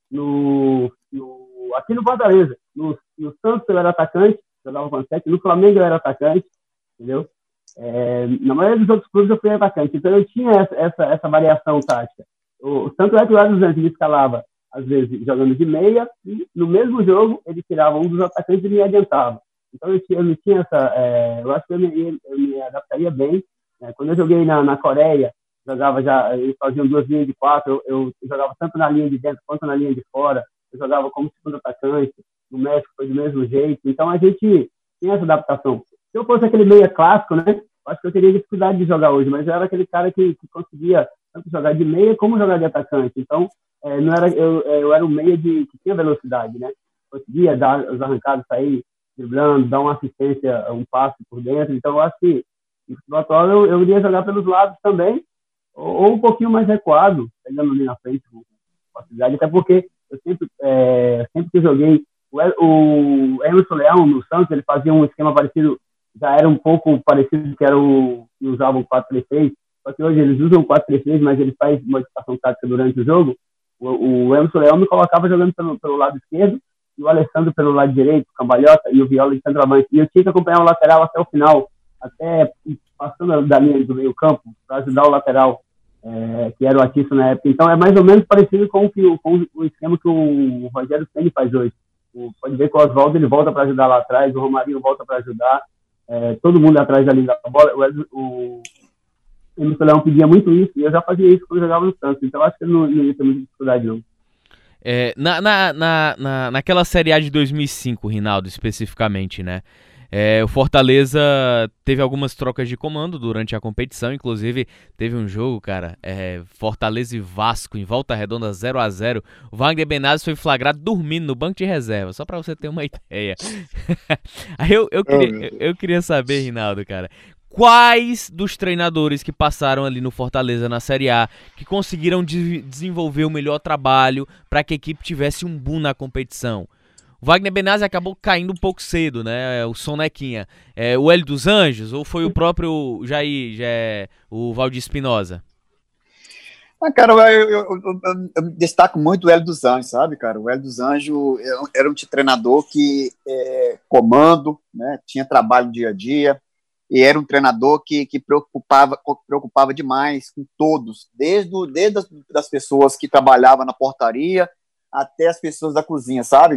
no, no, aqui no Fortaleza. No, no Santos eu era atacante, jogava com sete. No Flamengo eu era atacante, entendeu? É, na maioria dos outros clubes eu fui atacante. Então eu tinha essa, essa, essa variação tática. O, tanto é que o Eduardo Zantes ele escalava, às vezes, jogando de meia, e no mesmo jogo ele tirava um dos atacantes e me adiantava. Então eu, tinha, eu não tinha essa... É, eu acho que eu me, eu me adaptaria bem. É, quando eu joguei na, na Coreia, jogava já, eles faziam duas linhas de quatro, eu, eu jogava tanto na linha de dentro quanto na linha de fora, eu jogava como segundo atacante, no México foi do mesmo jeito, então a gente tinha essa adaptação. Se eu fosse aquele meia clássico, né, acho que eu teria dificuldade de jogar hoje, mas eu era aquele cara que, que conseguia tanto jogar de meia como jogar de atacante, então é, não era, eu, eu era um meia de, que tinha velocidade, né, conseguia dar os arrancados, sair driblando, dar uma assistência, um passe por dentro, então eu acho que no futebol atual eu, eu iria jogar pelos lados também, ou, ou um pouquinho mais recuado, pegando ali na frente com facilidade, até porque eu sempre, é, sempre que joguei, o, o Emerson Leão no Santos, ele fazia um esquema parecido, já era um pouco parecido que era o que usava o quatro três três, só que hoje eles usam o quatro três três, mas ele faz modificação tática durante o jogo. O, o Emerson Leão me colocava jogando pelo, pelo lado esquerdo, e o Alessandro pelo lado direito, o Cambalhota e o Viola de centroavante, e eu tinha que acompanhar o lateral até o final, até passando da linha do meio campo, para ajudar o lateral, é, que era o Atiço na época. Então é mais ou menos parecido com o, que, com o esquema que o Rogério Ceni faz hoje. O, pode ver que o Oswaldo ele volta para ajudar lá atrás, o Romarinho volta para ajudar, é, todo mundo atrás da linha da bola. O, o Emerson Leão pedia muito isso, e eu já fazia isso quando eu jogava no Santos, então acho que não, não ia ter muita dificuldade não. É, na, na, na, na, naquela Série A de dois mil e cinco, Rinaldo, especificamente, né? É, o Fortaleza teve algumas trocas de comando durante a competição, inclusive teve um jogo, cara, é, Fortaleza e Vasco em Volta Redonda zero a zero. O Wagner Benazes foi flagrado dormindo no banco de reserva, só pra você ter uma ideia. Aí eu, eu, queria, eu, eu queria saber, Rinaldo, cara, quais dos treinadores que passaram ali no Fortaleza na Série A que conseguiram de- desenvolver o melhor trabalho para que a equipe tivesse um boom na competição? O Wagner Benazzi acabou caindo um pouco cedo, né? O Sonequinha. É, o Hélio dos Anjos ou foi o próprio Jair, já é, o Valdir Espinosa? Ah, cara, eu, eu, eu, eu, eu destaco muito o Hélio dos Anjos, sabe, cara? O Hélio dos Anjos era um treinador que é, comando, né? Tinha trabalho dia a dia, e era um treinador que, que preocupava, preocupava demais com todos, desde, o, desde as das pessoas que trabalhavam na portaria até as pessoas da cozinha, sabe?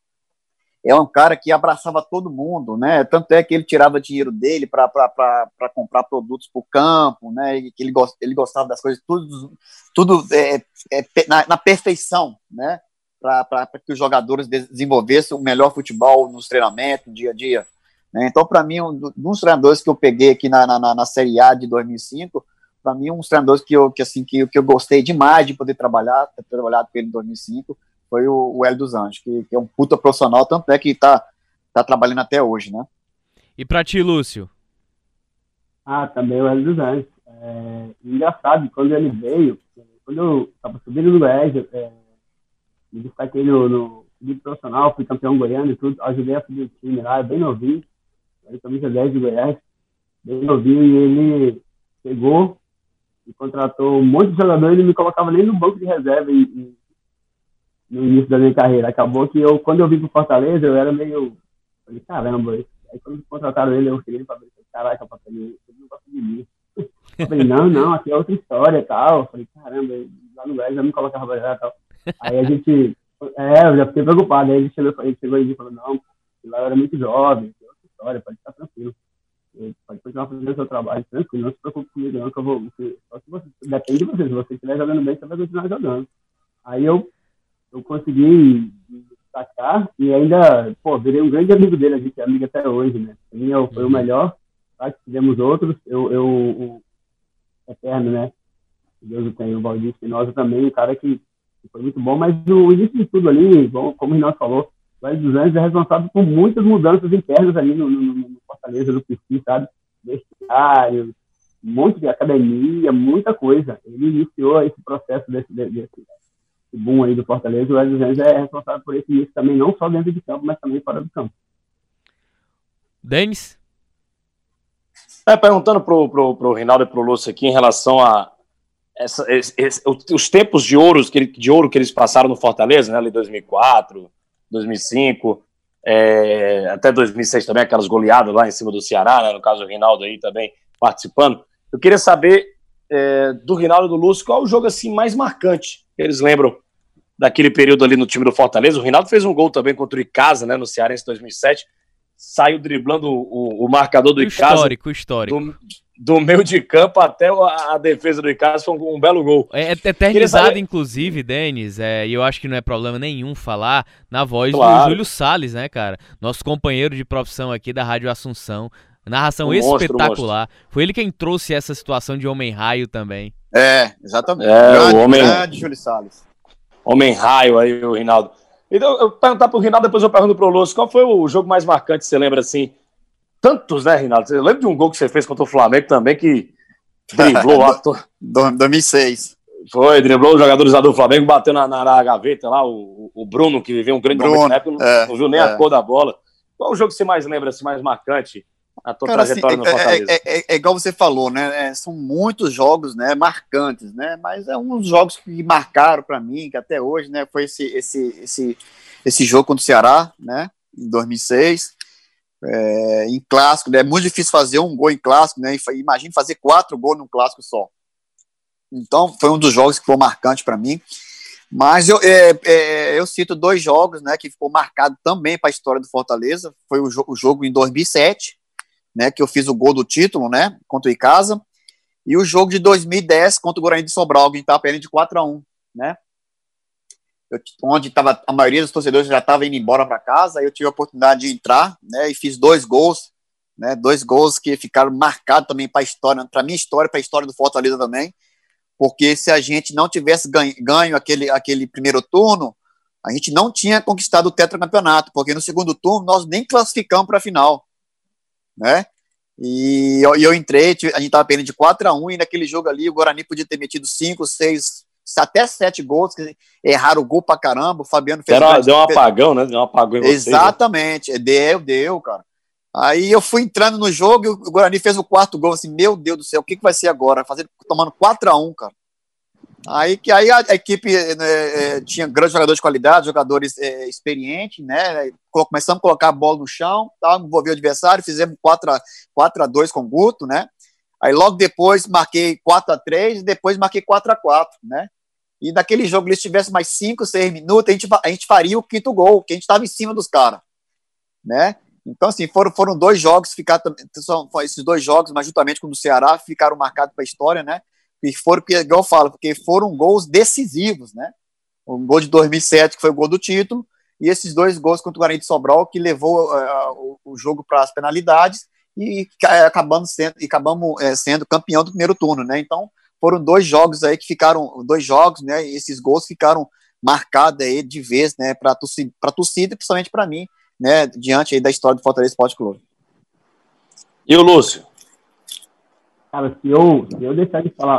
É um cara que abraçava todo mundo, né? Tanto é que ele tirava dinheiro dele para comprar produtos para o campo, né? E que ele, gost, ele gostava das coisas tudo, tudo é, é, na, na perfeição, né? Para que os jogadores desenvolvessem o melhor futebol nos treinamentos, no dia a dia. Né? Então, para mim, um dos treinadores que eu peguei aqui na, na, na Série A de dois mil e cinco, para mim, um dos treinadores que eu, que, assim, que, que eu gostei demais de poder trabalhar, ter trabalhado com ele em dois mil e cinco, foi o, o Hélio dos Anjos, que, que é um puta profissional, tanto é que tá, tá trabalhando até hoje, né? E pra ti, Lúcio? Ah, também o Hélio dos Anjos. É, engraçado, quando ele veio, quando eu estava subindo no Goiás, é, me destaquei no, no time profissional, fui campeão goiano e tudo, ajudei a subir o time lá, bem novinho, aí camisa dez de Goiás, bem novinho, e ele chegou e contratou um monte de jogador e não me colocava nem no banco de reserva e, e, no início da minha carreira. Acabou que eu, quando eu vim pro Fortaleza, eu era meio, falei, caramba, aí quando contrataram ele, eu cheguei pra ver, caraca, papai, ele não gosta de mim. Eu falei, não, não, aqui é outra história e tal. Eu falei, caramba, lá no Goiás já me colocava pra jogar e tal. Aí a gente, é, eu já fiquei preocupado. Aí ele chegou, ele chegou e falou, não, lá eu era muito jovem, é outra história, pode ficar tranquilo. Pode continuar fazendo o seu trabalho tranquilo, não se preocupe comigo não, que eu vou, só se você, depende de você, se você estiver jogando bem, você vai continuar jogando. Aí eu, eu consegui destacar e ainda, pô, virei um grande amigo dele, a gente é amigo até hoje, né? Ele foi o melhor, tá? Tivemos outros, eu, eu o eterno, né? Deus o tem, o Valdir Espinosa também, um cara que, que foi muito bom, mas o início de tudo ali, bom, como o Rinaldo falou, o Hélio dos Anjos é responsável por muitas mudanças internas ali no, no, no Fortaleza, no P C, sabe? Vestiário, um monte de academia, muita coisa. Ele iniciou esse processo desse, desse, desse boom aí do Fortaleza. O Hélio dos Anjos é responsável por esse início também, não só dentro de campo, mas também fora do campo. Denis? É, perguntando pro, pro, pro Rinaldo e pro Lúcio aqui em relação a essa, esse, esse, os tempos de ouro, que, de ouro que eles passaram no Fortaleza, né, ali dois mil e quatro, dois mil e cinco, é, até dois mil e seis também, aquelas goleadas lá em cima do Ceará, né, no caso o Rinaldo aí também participando. Eu queria saber é, do Rinaldo e do Lúcio, qual é o jogo assim mais marcante que eles lembram daquele período ali no time do Fortaleza. O Rinaldo fez um gol também contra o Icasa, né, no Cearense dois mil e sete, saiu driblando o, o marcador do Icasa. Histórico, histórico. Do, do meio de campo até a, a defesa do Icasa, foi um, um belo gol. É eternizado, inclusive, Denis, é, e eu acho que não é problema nenhum falar na voz claro. do Júlio Salles, né, cara? Nosso companheiro de profissão aqui da Rádio Assunção. Narração um espetacular. Monstro, Foi ele quem trouxe essa situação de Homem-Raio também. É, exatamente. É, grande, o homem... grande Júlio Salles. Homem-Raio aí, o Rinaldo. Então, eu vou perguntar pro Rinaldo, depois eu pergunto pro Lúcio, qual foi o jogo mais marcante que você lembra, assim? Tantos, né, Rinaldo? Você lembra de um gol que você fez contra o Flamengo também, que driblou lá... dois mil e seis. Foi, driblou os jogadores lá do Flamengo, bateu na, na, na gaveta lá, o, o Bruno, que viveu um grande Bruno, momento na época, não, é, não viu nem é. a cor da bola. Qual o jogo que você mais lembra, assim, mais marcante? A tua Cara, trajetória assim, no Fortaleza. É, é, é, é igual você falou, né? É, são muitos jogos, né? Marcantes, né? Mas é um dos jogos que marcaram para mim, que até hoje, né? Foi esse, esse, esse, esse jogo contra o Ceará, né? Em dois mil e seis, é, em clássico, né? É muito difícil fazer um gol em clássico, né? Imagina fazer quatro gols num clássico só. Então, foi um dos jogos que foi marcante para mim. Mas eu, é, é, eu cito dois jogos, né? Que ficou marcado também para a história do Fortaleza. Foi o, jo- o jogo em dois mil e sete. Né, que eu fiz o gol do título, né, contra o Icasa, e o jogo de dois mil e dez contra o Guarani de Sobral, que a gente estava perdendo de quatro a um, né, eu, onde tava, a maioria dos torcedores já estava indo embora para casa, aí eu tive a oportunidade de entrar, né, e fiz dois gols, né, dois gols que ficaram marcados também para a história, para a minha história, para a história do Fortaleza também, porque se a gente não tivesse ganho, ganho aquele, aquele primeiro turno, a gente não tinha conquistado o tetracampeonato, porque no segundo turno nós nem classificamos para a final, né? E eu, eu entrei, a gente tava perdendo de quatro a um, e naquele jogo ali o Guarani podia ter metido cinco, seis, até sete gols, que erraram o gol pra caramba. O Fabiano fez. Era, grande, deu um apagão, né? Deu um apagão em vocês, exatamente, né? deu, deu, cara. Aí eu fui entrando no jogo e o Guarani fez o quarto gol, assim, meu Deus do céu, o que, que vai ser agora? Fazendo, tomando quatro a um, cara. Aí, que, aí a, a equipe né, tinha grandes jogadores de qualidade, jogadores é, experientes, né? Começamos a colocar a bola no chão, tá? Envolver o adversário, fizemos quatro a dois com o Guto, né? Aí logo depois marquei quatro a três e depois marquei quatro a quatro, né? E naquele jogo, se tivesse mais cinco, seis minutos, a gente, a gente faria o quinto gol, que a gente estava em cima dos caras, né? Então, assim, foram, foram dois jogos, ficar, são, esses dois jogos, mas juntamente com o do Ceará, ficaram marcados para a história, né? E foram, igual eu falo, porque foram gols decisivos, né? O gol de dois mil e sete, que foi o gol do título, e esses dois gols contra o Guarani de Sobral, que levou uh, o, o jogo para as penalidades, e uh, acabamos, sendo, e acabamos uh, sendo campeão do primeiro turno, né? Então, foram dois jogos aí que ficaram, dois jogos, né? E esses gols ficaram marcados aí de vez, né? Para a torcida, pra torcida, principalmente para mim, né? Diante aí da história do Fortaleza Esporte Clube. E o Lúcio? Cara, se eu, se eu deixar de falar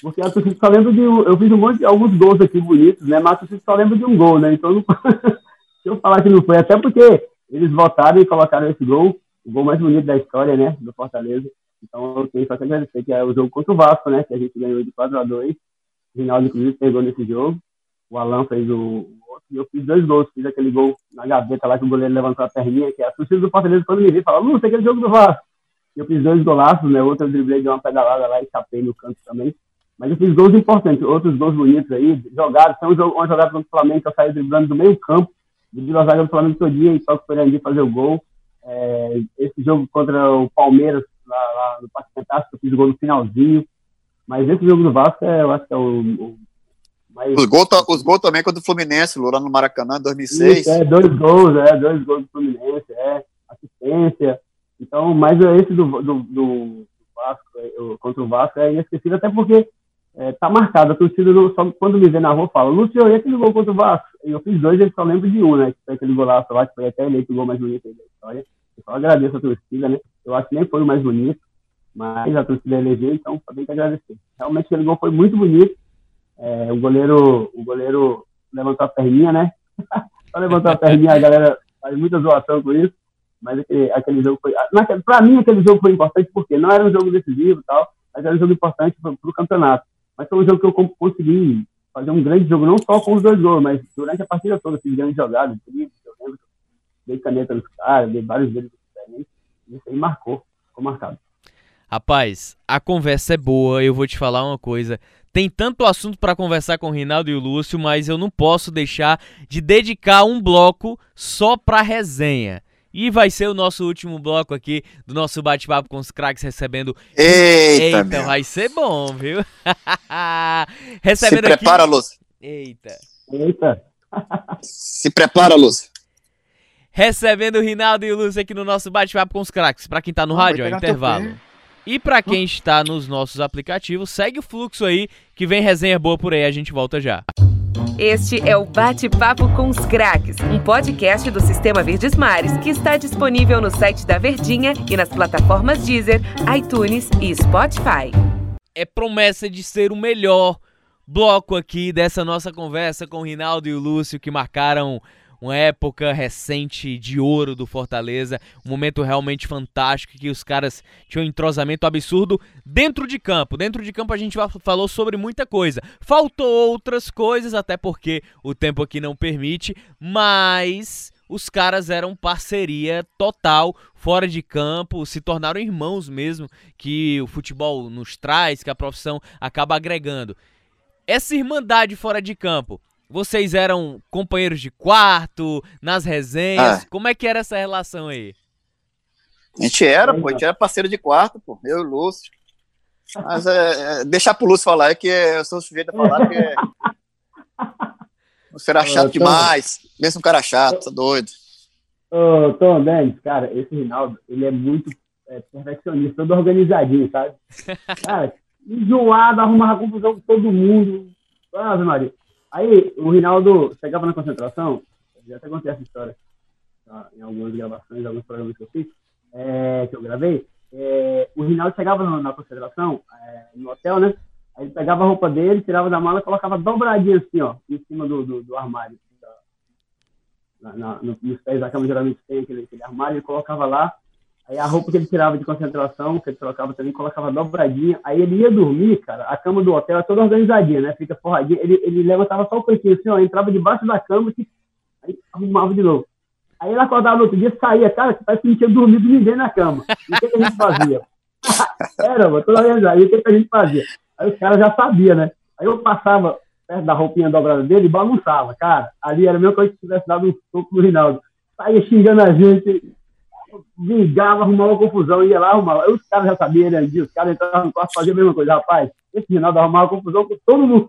Porque a torcida só lembra de... Eu fiz um monte de, alguns gols aqui bonitos, né? Mas a torcida só lembra de um gol, né? Então, não, se eu falar que não foi, até porque eles votaram e colocaram esse gol, o gol mais bonito da história, né? Do Fortaleza. Então, eu tenho só que agradecer, que é o jogo contra o Vasco, né? Que a gente ganhou de quatro a dois. O Rinaldo, inclusive, pegou nesse jogo. O Alan fez o, o outro. E eu fiz dois gols. Fiz aquele gol na gaveta lá que o goleiro levantou a perninha, que é a torcida do Fortaleza, quando me viu, fala, Lúcio, aquele jogo do Vasco. Eu fiz dois golaços, né? Outro eu driblei de uma pedalada lá e chapei no canto também. Mas eu fiz gols importantes, outros gols bonitos aí, jogados. Tem uma jogada contra o Flamengo que eu saí driblando do meio campo, driblei a zaga do Flamengo todo dia e toco o Fernandinho fazer o gol. É, esse jogo contra o Palmeiras, lá, lá no Parque Fantástico, eu fiz o gol no finalzinho. Mas esse jogo do Vasco, é, eu acho que é o, o mais... Os gols os gol também contra o Fluminense, lá no Maracanã, em dois mil e seis. Isso, é, dois gols, é, dois gols do Fluminense, é, assistência. Então, mas esse do, do, do Vasco, é, contra o Vasco, é inesquecível, até porque é, tá marcado. A torcida, só quando me vê na rua, fala, Lúcio, e aquele gol contra o Vasco? E eu fiz dois, eles só lembram de um, né? Que foi aquele golaço lá, que foi até eleito o gol mais bonito da história. Eu só agradeço a torcida, né? Eu acho que nem foi o mais bonito, mas a torcida elegeu, então só tem que agradecer. Realmente aquele gol foi muito bonito. É, o goleiro o goleiro levantou a perninha, né? Só levantou a perninha, a galera faz muita zoação com isso. Mas aquele, aquele jogo foi... Para mim, aquele jogo foi importante porque não era um jogo decisivo e tal, mas era um jogo importante para o campeonato. Mas foi um jogo que eu consegui fazer um grande jogo, não só com os dois gols, mas durante a partida toda, fiz grandes jogadas, eu lembro, dei caneta nos caras, dei vários deles diferentes, e isso aí marcou, ficou marcado. Rapaz, a conversa é boa, eu vou te falar uma coisa. Tem tanto assunto para conversar com o Rinaldo e o Lúcio, mas eu não posso deixar de dedicar um bloco só para resenha. E vai ser o nosso último bloco aqui do nosso bate-papo com os craques recebendo... Eita, Eita, meu. vai ser bom, viu? recebendo Se prepara, aqui... Lúcio. Eita. Eita. Se prepara, Lúcio. Recebendo o Rinaldo e o Lúcio aqui no nosso bate-papo com os craques. Pra quem tá no Ah, rádio, vai ó, pegar teu intervalo. pé. E pra quem está nos nossos aplicativos, segue o fluxo aí, que vem resenha boa por aí, a gente volta já. Este é o Bate-Papo com os Craques, um podcast do Sistema Verdes Mares que está disponível no site da Verdinha e nas plataformas Deezer, iTunes e Spotify. É promessa de ser o melhor bloco aqui dessa nossa conversa com o Rinaldo e o Lúcio, que marcaram uma época recente de ouro do Fortaleza, um momento realmente fantástico, que os caras tinham um entrosamento absurdo dentro de campo. Dentro de campo a gente falou sobre muita coisa. Faltou outras coisas, até porque o tempo aqui não permite, mas os caras eram parceria total fora de campo, se tornaram irmãos mesmo, que o futebol nos traz, que a profissão acaba agregando. Essa irmandade fora de campo, vocês eram companheiros de quarto, nas resenhas? Ah. Como é que era essa relação aí? A gente era, pô, a gente era parceiro de quarto, pô, eu e o Lúcio. Mas é, é, deixar pro Lúcio falar, é que eu sou sujeito a falar, porque é... você era chato demais, mesmo um cara chato, tá doido. Ô, Tom Dennis, cara, esse Rinaldo, ele é muito é, perfeccionista, todo organizadinho, sabe? Cara, enjoado, arrumava confusão com todo mundo. Ave Maria. Aí, o Rinaldo chegava na concentração, eu já até contei essa história tá, em algumas gravações, alguns programas que eu fiz, é, que eu gravei. É, o Rinaldo chegava no, na concentração, é, no hotel, né? Aí ele pegava a roupa dele, tirava da mala e colocava dobradinha assim, ó, em cima do, do, do armário. Na, na, no, nos pés da cama geralmente tem aquele, aquele armário, ele colocava lá. Aí a roupa que ele tirava de concentração, que ele trocava também, colocava dobradinha. Aí ele ia dormir, cara, a cama do hotel é toda organizadinha, né? Fica forradinha. Ele, ele levantava só o peitinho assim, ó, entrava debaixo da cama e aí arrumava de novo. Aí ele acordava no outro dia, saía, cara, parece que não tinha dormido ninguém na cama. E o que, que a gente fazia? Era, mano, toda organizada. E o que, que a gente fazia? Aí os caras já sabiam, né? Aí eu passava perto da roupinha dobrada dele e bagunçava, cara. Ali era a mesma coisa que se tivesse dado um soco no Rinaldo. Saía xingando a gente, ligava, arrumava confusão, ia lá, arrumava. Aí os caras já sabiam, né? Os caras entravam no quarto e faziam a mesma coisa. Rapaz, esse Rinaldo arrumava confusão com todo mundo.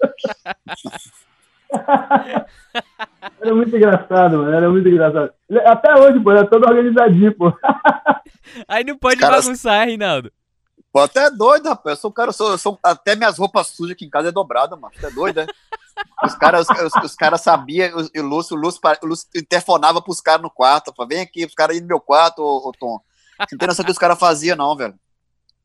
Era muito engraçado, mano. Era muito engraçado. Até hoje, pô, era todo organizadinho, pô. Aí não pode Caras... bagunçar, hein, Rinaldo? Pô, até é doido, rapaz. Eu sou um cara, eu sou, eu sou, até minhas roupas sujas aqui em casa é dobrada, mano. Você é doido, né? Os caras os, os caras sabiam, o Lúcio, o Lúcio, o Lúcio interfonava pros caras no quarto. Falava, vem aqui, os caras iam no meu quarto, ô, ô Tom. Não tem noção que os caras faziam, não, velho.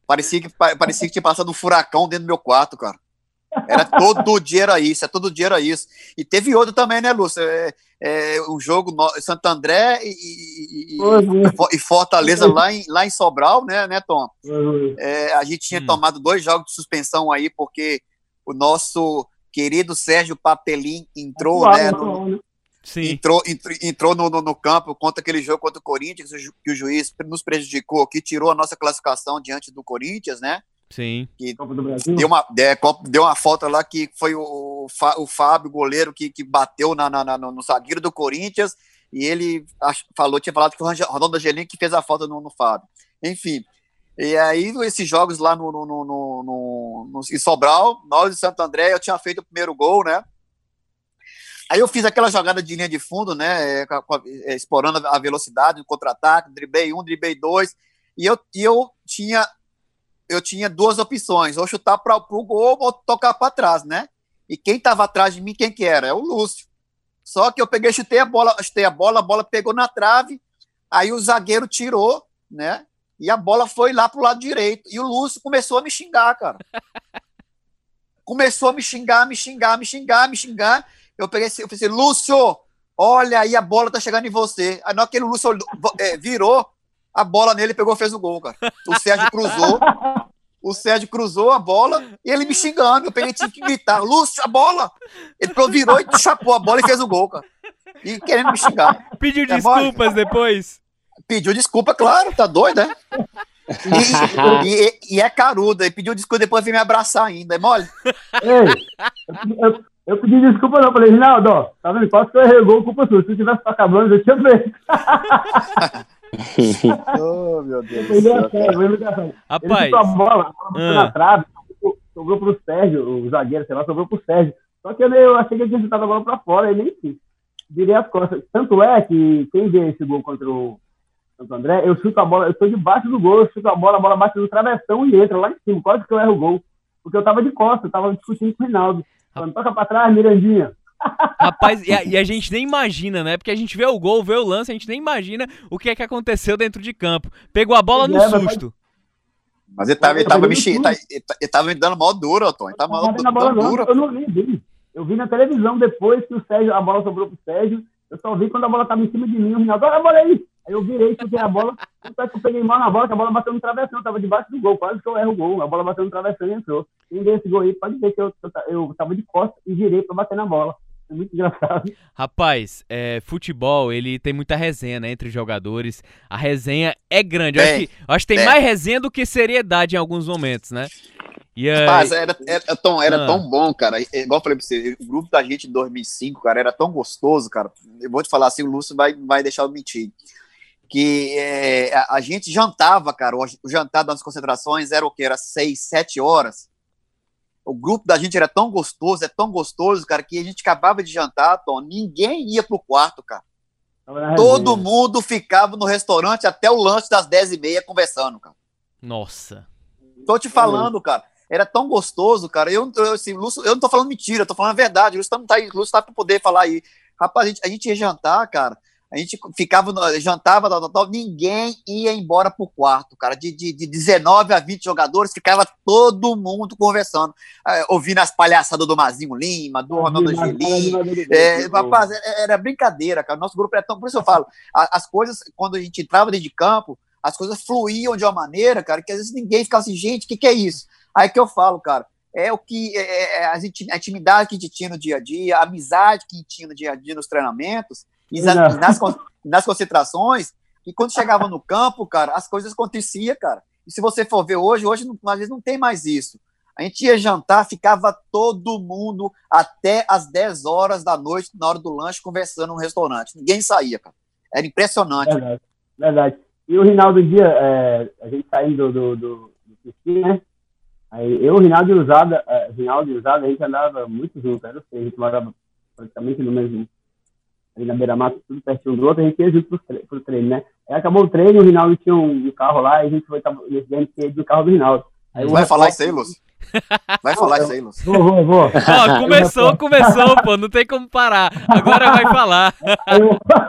Parecia que, parecia que tinha passado um furacão dentro do meu quarto, cara. Era todo dia era isso, é todo dia era isso. E teve outro também, né, Lúcio? É, é, um jogo no, Santo André e, e, e, e Fortaleza lá em, lá em Sobral, né, né, Tom? É, a gente tinha hum. tomado dois jogos de suspensão aí, porque o nosso querido Sérgio Papelim entrou, claro, né? No, Sim. Entrou, entrou, entrou no, no, no campo contra aquele jogo contra o Corinthians, que o juiz nos prejudicou, que tirou a nossa classificação diante do Corinthians, né? Sim. Que deu uma, é, deu uma falta lá que foi o, o Fábio, goleiro, que, que bateu na, na, na, no zagueiro do Corinthians, e ele falou, tinha falado que foi o Ronaldo Angelim que fez a falta no, no Fábio. Enfim, e aí esses jogos lá no, no, no, no, no, em Sobral, nós de Santo André, eu tinha feito o primeiro gol, né? Aí eu fiz aquela jogada de linha de fundo, né, explorando a velocidade, no contra-ataque, driblei um, driblei dois, e eu, e eu tinha... eu tinha duas opções, ou chutar para o gol ou tocar para trás, né? E quem estava atrás de mim, quem que era? É o Lúcio. Só que eu peguei, chutei a bola, chutei a bola, a bola pegou na trave, aí o zagueiro tirou, né? E a bola foi lá pro lado direito. E o Lúcio começou a me xingar, cara. Começou a me xingar, me xingar, me xingar, me xingar. Eu peguei, eu falei assim, Lúcio, olha aí, a bola tá chegando em você. Aí na hora que o Lúcio é, virou, a bola nele pegou e fez o gol, cara. O Sérgio cruzou, o Sérgio cruzou a bola e ele me xingando. Eu peguei, tive que gritar, Lúcio, a bola! Ele virou e chapou a bola e fez o gol, cara. E querendo me xingar. Pediu é desculpas mole? Depois? Pediu desculpa, claro, tá doido, né? E, e, e é caruda, e pediu desculpa, depois veio me abraçar ainda, é mole? Ei, eu, eu pedi desculpa não, falei, Rinaldo, ó, tá vendo? Quase que eu errei o gol, culpa sua. Se eu tivesse acabando, eu tinha feito. Oh, meu Deus do céu. Rapaz, ele chutou a bola, a bola ah. na trave, sobrou pro Sérgio, o zagueiro, sei lá, sobrou pro Sérgio. Só que eu, eu achei que ele tinha chutado a bola pra fora, e nem fiz. Virei as costas. Tanto é que quem vê esse gol contra o Santo André, eu chuto a bola, eu tô debaixo do gol, eu chuto a bola, a bola bate no travessão e entra lá em cima, quase que eu erro o gol. Porque eu tava de costas, eu tava discutindo com o Rinaldo. Falando, toca pra trás, Mirandinha. Rapaz, e a, e a gente nem imagina, né? Porque a gente vê o gol, vê o lance, a gente nem imagina o que é que aconteceu dentro de campo. Pegou a bola no é, susto. Mas ele tava, ele tava, me, ele tava, ele tava me dando mó duro, Tom. Ele tava mal, dando bola, duro. Eu não vi, vi. Eu vi na televisão depois que o Sérgio, a bola sobrou pro Sérgio. Eu só vi quando a bola tava em cima de mim, o Rinaldo, olha a bola aí. Aí eu virei, chutei a bola, até que eu peguei mal na bola, que a bola bateu no travessão, eu tava debaixo do gol, quase que eu erro o gol. A bola bateu no travessão e entrou. Quem deu esse gol aí, pode ver que eu, eu, eu tava de costas e girei pra bater na bola. É muito engraçado. Rapaz, é, futebol, ele tem muita resenha, né, entre jogadores. A resenha é grande. Eu acho que, eu acho que tem é. mais resenha do que seriedade em alguns momentos, né? E aí... Rapaz, era, era, Tom, era ah. tão bom, cara. Igual eu falei pra você, o grupo da gente em dois mil e cinco, cara, era tão gostoso, cara. Eu vou te falar assim, o Lúcio vai, vai deixar eu mentir. Que é, a, a gente jantava, cara. O, o jantar das concentrações era o quê? Era seis, sete horas. O grupo da gente era tão gostoso, é tão gostoso, cara, que a gente acabava de jantar, Tom, ninguém ia pro quarto, cara. Todo mundo ficava no restaurante até o lanche das dez e meia conversando, cara. Nossa. Tô te falando, cara. Era tão gostoso, cara. Eu, eu, assim, Lúcio, eu não tô falando mentira, eu tô falando a verdade. O Lúcio tá, tá, Lúcio tá pra poder falar aí. Rapaz, a gente, a gente ia jantar, cara. A gente ficava, jantava, tal, tal, tal, ninguém ia embora pro quarto, cara. De, de, de dezenove a vinte jogadores, ficava todo mundo conversando, é, ouvindo as palhaçadas do Mazinho Lima, do Ronaldo Angelim. É, rapaz, era brincadeira, cara. Nosso grupo era tão. Por isso eu falo, as coisas, quando a gente entrava dentro de campo, as coisas fluíam de uma maneira, cara, que às vezes ninguém ficava assim, gente, o que, que é isso? Aí que eu falo, cara. É o que é, é a intimidade que a gente tinha no dia a dia, a amizade que a gente tinha no dia a dia nos treinamentos. E nas, nas concentrações, e quando chegava no campo, cara, as coisas aconteciam, cara. E se você for ver hoje, hoje não, às vezes não tem mais isso. A gente ia jantar, ficava todo mundo até as dez horas da noite, na hora do lanche, conversando no restaurante. Ninguém saía, cara. Era impressionante. Verdade, verdade. E o Rinaldo, um dia, é, a gente saindo do, do, do, do piscina, né? Aí eu, o Rinaldo e o Usada, é, Rinaldo e o Usada, a gente andava muito junto, era assim, a gente morava praticamente no mesmo, ali na beira-mata, tudo pertinho um do outro, a gente ia junto pro, tre- pro treino, né? Aí acabou o treino, o Rinaldo tinha um, um carro lá, e a gente foi, tava, nesse dia a gente ia do carro do Rinaldo. Aí vai falar repórter... isso aí, Lúcio? Vai falar isso aí, Lúcio? Vou, vou, vou. Ó, começou, começou, pô, não tem como parar. Agora vai falar. Aí, eu...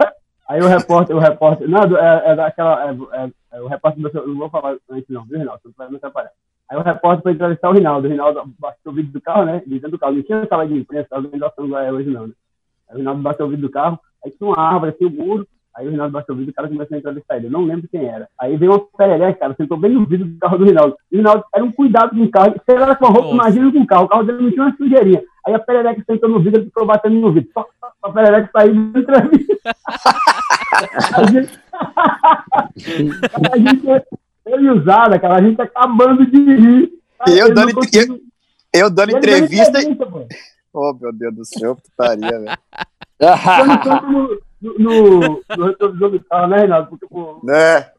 Aí o repórter, o repórter, não, é, é daquela, é, é, é, o repórter, não vou falar antes não, viu, Rinaldo? Não vai me atrapalhar. Aí o repórter foi entrevistar o Rinaldo, o Rinaldo baixou o vídeo do carro, né, dentro do carro, não tinha sala de imprensa, a organização não é hoje não, né. Aí o Rinaldo baixou o vídeo do carro, aí tinha uma árvore, assim, o muro, aí o Rinaldo baixou o vídeo, o cara começou a entrevistar ele, eu não lembro quem era. Aí veio uma perereca, cara, sentou bem no vidro do carro do Rinaldo. E o Rinaldo era um cuidado com o carro, se ele era com a roupa, imagina com o carro, o carro dele não tinha uma sujeirinha. Aí a perereca sentou no vidro, ele ficou batendo no vidro, só a perereca saiu da entrevista. A gente, a gente, eu e o Zada, cara, a gente acabando de rir. Cara, eu, dando, conseguiu... eu, eu dando ele entrevista. entrevista Oh, meu Deus do céu, putaria, velho. no, no, no retrovisor do carro, né, Renato? Porque, pô, é.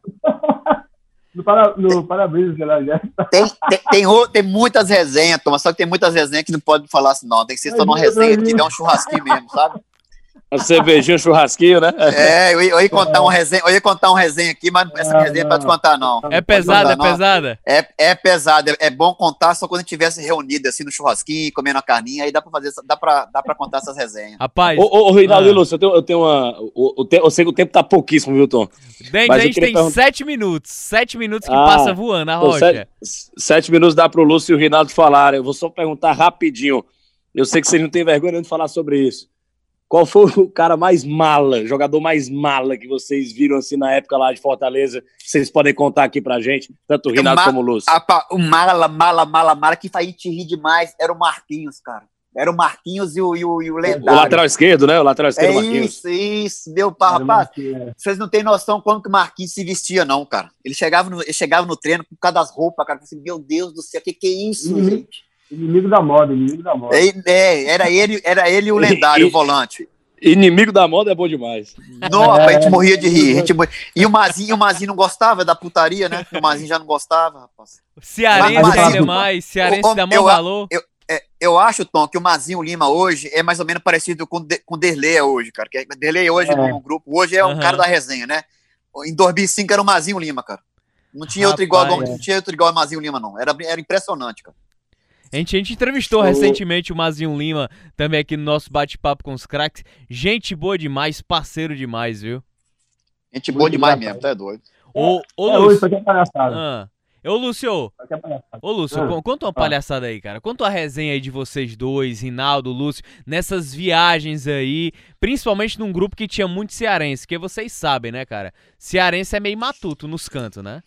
no, para, no para-brisa, sei lá, já. Tem, tem, tem, tem muitas resenhas, Thomas, só que tem muitas resenhas que não pode falar assim, não. Tem que ser só numa resenha que tiver um churrasquinho mesmo, sabe? Um cervejinho, um churrasquinho, né? É, eu ia, eu ia contar um resenha, eu ia contar um resenha aqui, mas essa Não, resenha não. não pode contar, não. É pesada, é não. pesada? É, é pesado, é, é bom contar só quando a gente estivesse reunido assim no churrasquinho, comendo a carninha, aí dá pra fazer, dá pra, dá pra contar essas resenhas. Rapaz. Ô, ô, ô Reinaldo ah. e Lúcio, eu tenho, eu tenho uma. O, o te, eu sei que o tempo tá pouquíssimo, viu, Tom? Dente, Mas a gente tem perguntar... sete minutos. Sete minutos que ah, passa voando a rocha. Sete, sete minutos dá pro Lúcio e o Reinaldo falarem. Eu vou só perguntar rapidinho. Eu sei que vocês não têm vergonha de falar sobre isso. Qual foi o cara mais mala, jogador mais mala que vocês viram assim na época lá de Fortaleza? Vocês podem contar aqui pra gente, tanto o Reinaldo como o Lúcio. A, o mala, mala, mala, mala, que faz a gente rir demais era o Marquinhos, cara. Era o Marquinhos e o, e o, e o lendário. O lateral esquerdo, né? O lateral esquerdo, é Marquinhos. Isso, isso. Meu pai, rapaz, vocês não têm noção como que o Marquinhos se vestia, não, cara. Ele chegava no, ele chegava no treino com cada das roupas, cara. Assim, meu Deus do céu, o que, que é isso, uhum. gente? Inimigo da moda, inimigo da moda. É, é, era ele, era ele e o lendário, o volante. Inimigo da moda é bom demais. Nossa, é, a gente morria de rir. A gente morria... E o Mazinho, o Mazinho não gostava da putaria, né? O Mazinho já não gostava, rapaz. Cearense Mazinho, ainda mais, cearense o, o, dá maior eu, valor. Eu, eu, eu acho, Tom, que o Mazinho Lima hoje é mais ou menos parecido com o Derlei hoje, cara. O Derlei hoje, é. no grupo, hoje é um uhum. cara da resenha, né? Em dois mil e cinco era o Mazinho Lima, cara. Não tinha Rapaz, outro igual, não, é. não tinha outro igual ao Mazinho Lima, não. Era, era impressionante, cara. A gente, a gente entrevistou oh. recentemente o Mazinho Lima, também aqui no nosso bate-papo com os craques. Gente boa demais, parceiro demais, viu? Gente boa demais mesmo, tá doido. Ô, ô, é, Lúcio. Isso aqui é palhaçada. Ah. Ô, Lúcio. Ô, Lúcio, ah. conta uma palhaçada aí, cara. Conta uma resenha aí de vocês dois, Rinaldo, Lúcio, nessas viagens aí, principalmente num grupo que tinha muito cearense, que vocês sabem, né, cara? Cearense é meio matuto nos cantos, né?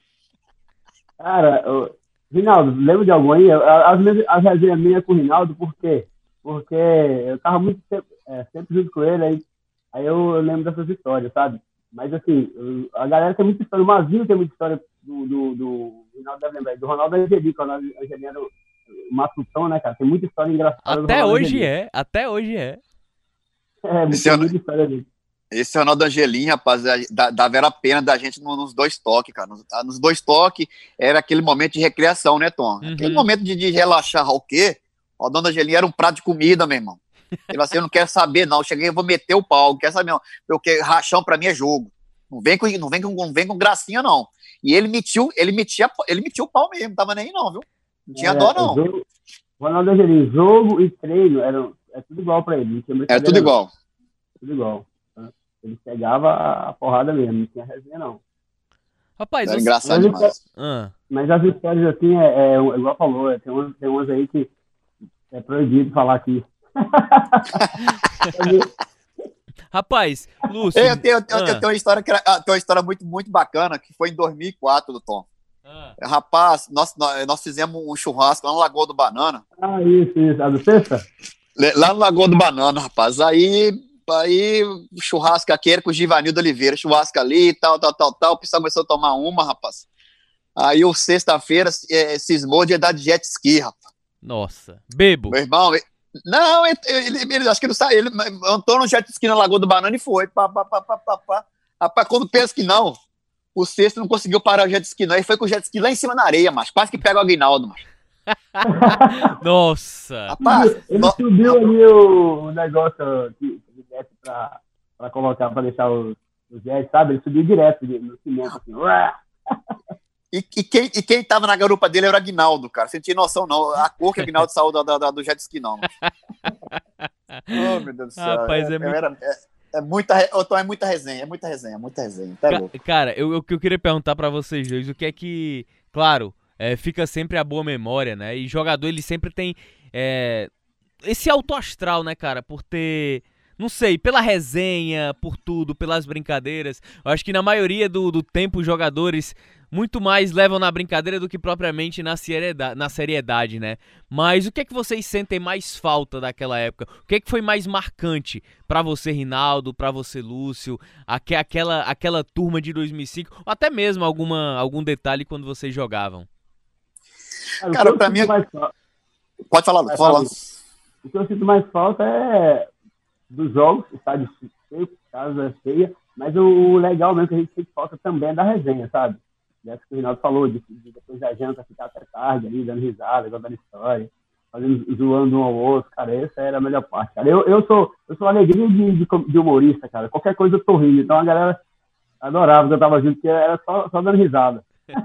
Cara, eu... Rinaldo, lembra de algum aí? As, as resenhas minhas com o Rinaldo, por quê? Porque eu tava muito sempre, é, sempre junto com ele, aí, aí eu, eu lembro dessas histórias, sabe? Mas assim, eu, a galera tem muita história, o Mazinho tem muita história do, do, do Rinaldo deve lembrar, do Ronaldo Angelico, o Ronaldo Angelico era o matutão, né, cara? Tem muita história engraçada. Até hoje é, até hoje é. É, muita, muita história dele. Esse Ronaldo Angelim, rapaz, dava era a pena da gente nos dois toques, cara. Nos, nos dois toques era aquele momento de recreação, né, Tom? Uhum. Aquele momento de, de relaxar, o quê? O Ronaldo Angelim era um prato de comida, meu irmão. Ele assim, eu não quero saber, não. Eu cheguei, eu vou meter o pau, não quero saber, não. Porque rachão pra mim é jogo. Não vem com, não vem com, não vem com gracinha, não. E ele metiu, ele metia, ele metia o pau mesmo, não tava nem aí, não, viu? Não tinha é, dó, não. Jogo, Ronaldo Angelim, jogo e treino, era, é tudo igual pra ele. É tudo igual. Tudo igual. Ele pegava a porrada mesmo, não tinha resenha, não. Rapaz, é engraçado mas, demais. Ah. Mas as histórias, assim, é, é igual falou, é, tem, umas, tem umas aí que é proibido falar aqui. Rapaz, Lúcio... Eu tenho, eu, ah. eu tenho uma história, que era, tenho uma história muito, muito bacana, que foi em dois mil e quatro, do Tom. Ah. Rapaz, nós, nós, nós fizemos um churrasco lá no Lagoa do Banana. Ah, isso, isso. A do sexta? Lá no Lagoa do Banana, rapaz. Aí... Aí, churrasco aquele com o Givanildo Oliveira, churrasco ali, tal, tal, tal, tal, o pessoal começou a tomar uma, rapaz. Aí, o sexta-feira, é, cismou de andar de jet ski, rapaz. Nossa, bebo. Meu irmão, ele, não, ele, ele, ele, acho que não saiu, ele entrou no jet ski na Lagoa do Banana e foi, pá, pá, pá, pá, pá, pá. Rapaz, quando pensa que não, o sexto não conseguiu parar o jet ski, não, ele foi com o jet ski lá em cima na areia, mas quase que pega o Aguinaldo, mas. Nossa. Rapaz, ele no... subiu ali o negócio que desce pra, pra colocar, pra deixar os, os jets, sabe? Ele subiu direto no cimento, assim. E, e, quem, e quem tava na garupa dele era o Aguinaldo, cara. Você não tinha noção, não. A cor que o Aguinaldo saiu da, da, da, do jet ski, não. Oh, meu Deus do céu. Rapaz, é, é, muito... era, É muita, re- ô, Tom, é muita resenha, é muita resenha, é muita resenha. Tá Ca- louco. Cara, eu, eu, que eu queria perguntar pra vocês dois, o que é que, claro, é, fica sempre a boa memória, né? E jogador, ele sempre tem é, esse alto astral, né, cara? Por ter, não sei, pela resenha, por tudo, pelas brincadeiras. Eu acho que na maioria do, do tempo os jogadores muito mais levam na brincadeira do que propriamente na seriedade, na seriedade, né? Mas o que é que vocês sentem mais falta daquela época? O que é que foi mais marcante pra você, Rinaldo, pra você, Lúcio, aque- aquela, aquela turma de dois mil e cinco, ou até mesmo alguma, algum detalhe quando vocês jogavam? Cara, o Cara, que eu pra sinto mim- mais fa- Pode falar, Lu, Vai, fala. fala. O que eu sinto mais falta é dos jogos, estádio cheio, casa cheia, mas o, o legal mesmo que a gente sente falta também é da resenha, sabe? Dessa que o Rinaldo falou, de, de depois da janta ficar até tarde ali, dando risada, contando história, fazendo, zoando um ao outro, cara, essa era a melhor parte, cara. Eu, eu sou eu sou alegria de, de, de humorista, cara. Qualquer coisa eu tô rindo, então a galera adorava que eu tava junto, porque era só, só dando risada.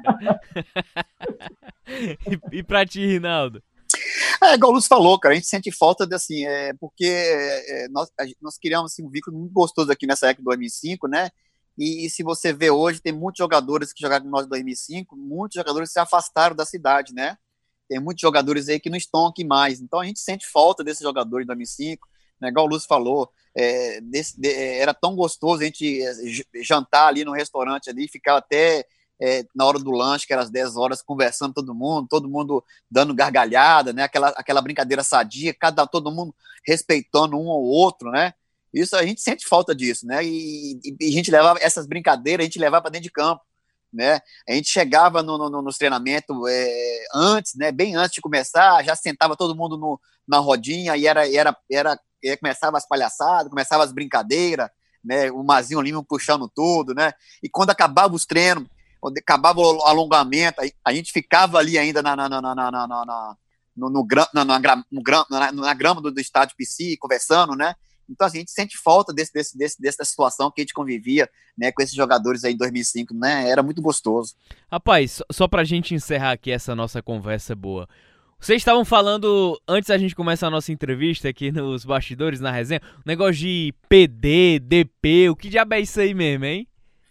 e, e pra ti, Rinaldo? É, igual o Lúcio falou, cara, a gente sente falta de, assim, é, porque é, nós, a gente- nós criamos assim, um vínculo muito gostoso aqui nessa época de dois mil e cinco, né? E, e se você vê hoje, tem muitos jogadores que jogaram com nós em dois mil e cinco, muitos jogadores se afastaram da cidade, né? Tem muitos jogadores aí que não estão aqui mais. Então a gente sente falta desses jogadores de dois mil e cinco, né? Igual o Lúcio falou, é, desse, de, era tão gostoso a gente é, j- jantar ali no restaurante ali, ficar até é, na hora do lanche, que era às dez horas, conversando todo mundo, todo mundo dando gargalhada, né? Aquela, aquela brincadeira sadia, cada, todo mundo respeitando um ao outro, né? Isso a gente sente falta disso, né? E, e- e a gente levava essas brincadeiras, a gente levava para dentro de campo, né? A gente chegava no, no, nos treinamentos é, antes, né? Bem antes de começar, já sentava todo mundo no, na rodinha e era, era, era, e começava as palhaçadas, começava as brincadeiras, né? O Mazinho Lima puxando tudo, né? E quando acabava os treinos, quando acabava o alongamento, a gente ficava ali ainda na, na, na, na, na, na, na, no, no, gra- na, na, gra- no gra- na, na grama do, do estádio P C, conversando, né? Então assim, a gente sente falta desse, desse, desse, dessa situação que a gente convivia, né, com esses jogadores aí em dois mil e cinco, né? Era muito gostoso. Rapaz, só, só pra gente encerrar aqui essa nossa conversa boa. Vocês estavam falando, antes da gente começar a nossa entrevista aqui nos bastidores, na resenha, um negócio de P D, D P, o que diabo é isso aí mesmo, hein?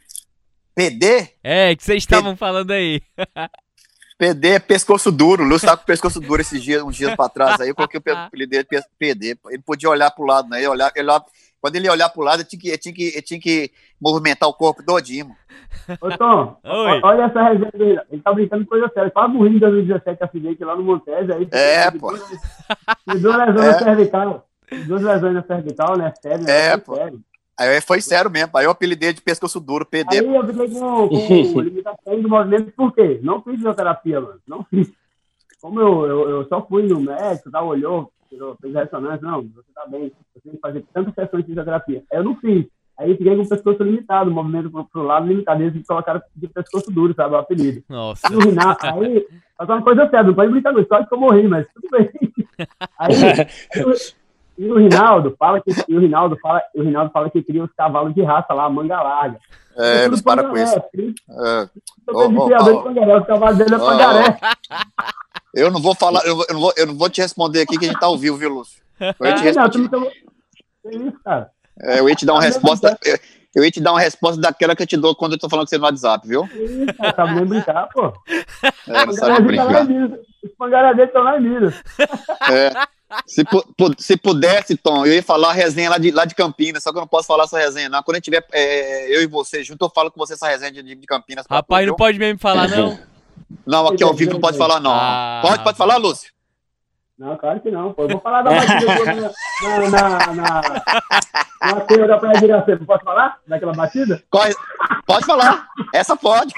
P D? É, que vocês estavam falando aí. P D é pescoço duro. O Lúcio tava com o pescoço duro esses dias, uns dias pra trás. Aí eu coloquei o apelido dele de P D. Ele podia olhar pro lado, né? Ele olhar, ele olhar, quando ele ia olhar pro lado, ele tinha que, ele tinha que, ele tinha que movimentar o corpo todinho, mano. Ô, Tom, Oi. ó- olha essa resenha dele. Ele tá brincando com coisa séria. Quase morri em dois mil e dezessete, acidente lá no Montes. Aí, É, teve pô. duas- teve duas lesões É. na cervical. Teve Duas lesões na cervical, né? Sério, né? É, Foi pô. sério. Aí foi sério mesmo. Aí eu apelidei de pescoço duro, P D. Aí eu fiquei com, com limitação do movimento, por quê? Não fiz fisioterapia, mano. Não fiz. Como eu, eu, eu só fui no médico, tá, olhou, tirou, fez ressonância, não, você tá bem, você tem que fazer tantas sessões de fisioterapia. Aí eu não fiz. Aí eu fiquei com o pescoço limitado, o movimento pro, pro lado limitado, eles colocaram de pescoço duro, sabe, o apelido. Nossa. E o Rinaldo, aí, faz uma coisa séria, não pode brincar com isso, quase que eu morri, mas tudo bem. Aí, aí o- e o Rinaldo fala que, e o Rinaldo fala, e o Rinaldo fala que cria os cavalos de raça lá, manga larga. É, Tudo Lúcio, para com pangaré, isso. cria- É, Eu Ô, tô de ô, criador ô. de pangaré, o cavalo dele é Ô, pangaré. eu não vou falar, eu, vou- eu não vou, eu não vou te responder aqui que a gente tá ao vivo, viu, Lúcio? Eu ia te Ah, não, tu responder. não tem... Que isso, cara? É, eu ia te dar uma resposta. Eu, eu ia te dar uma resposta daquela que eu te dou quando eu tô falando com você no WhatsApp, viu? Que isso, cara? Sabe nem brincar, pô. É, não Os sabe pangaré brincar. dele tá lá em Minas. Os pangaré dele estão lá em Minas. É. Se, pu- pu- se pudesse, Tom, eu ia falar a resenha lá de, lá de Campinas, só que eu não posso falar essa resenha, não. Quando a gente tiver é, eu e você junto, eu falo com você essa resenha de, de Campinas. pra Rapaz, tu, não viu? pode mesmo falar, não? Não, aqui ao vivo não pode falar, não. Ah. Pode, pode falar, Lúcio? Não, claro que não, pô. Eu vou falar da batida que eu na, na, na, na, na teia da Praia de Iracema. Posso falar? Daquela batida? Corre. Pode falar. Essa pode.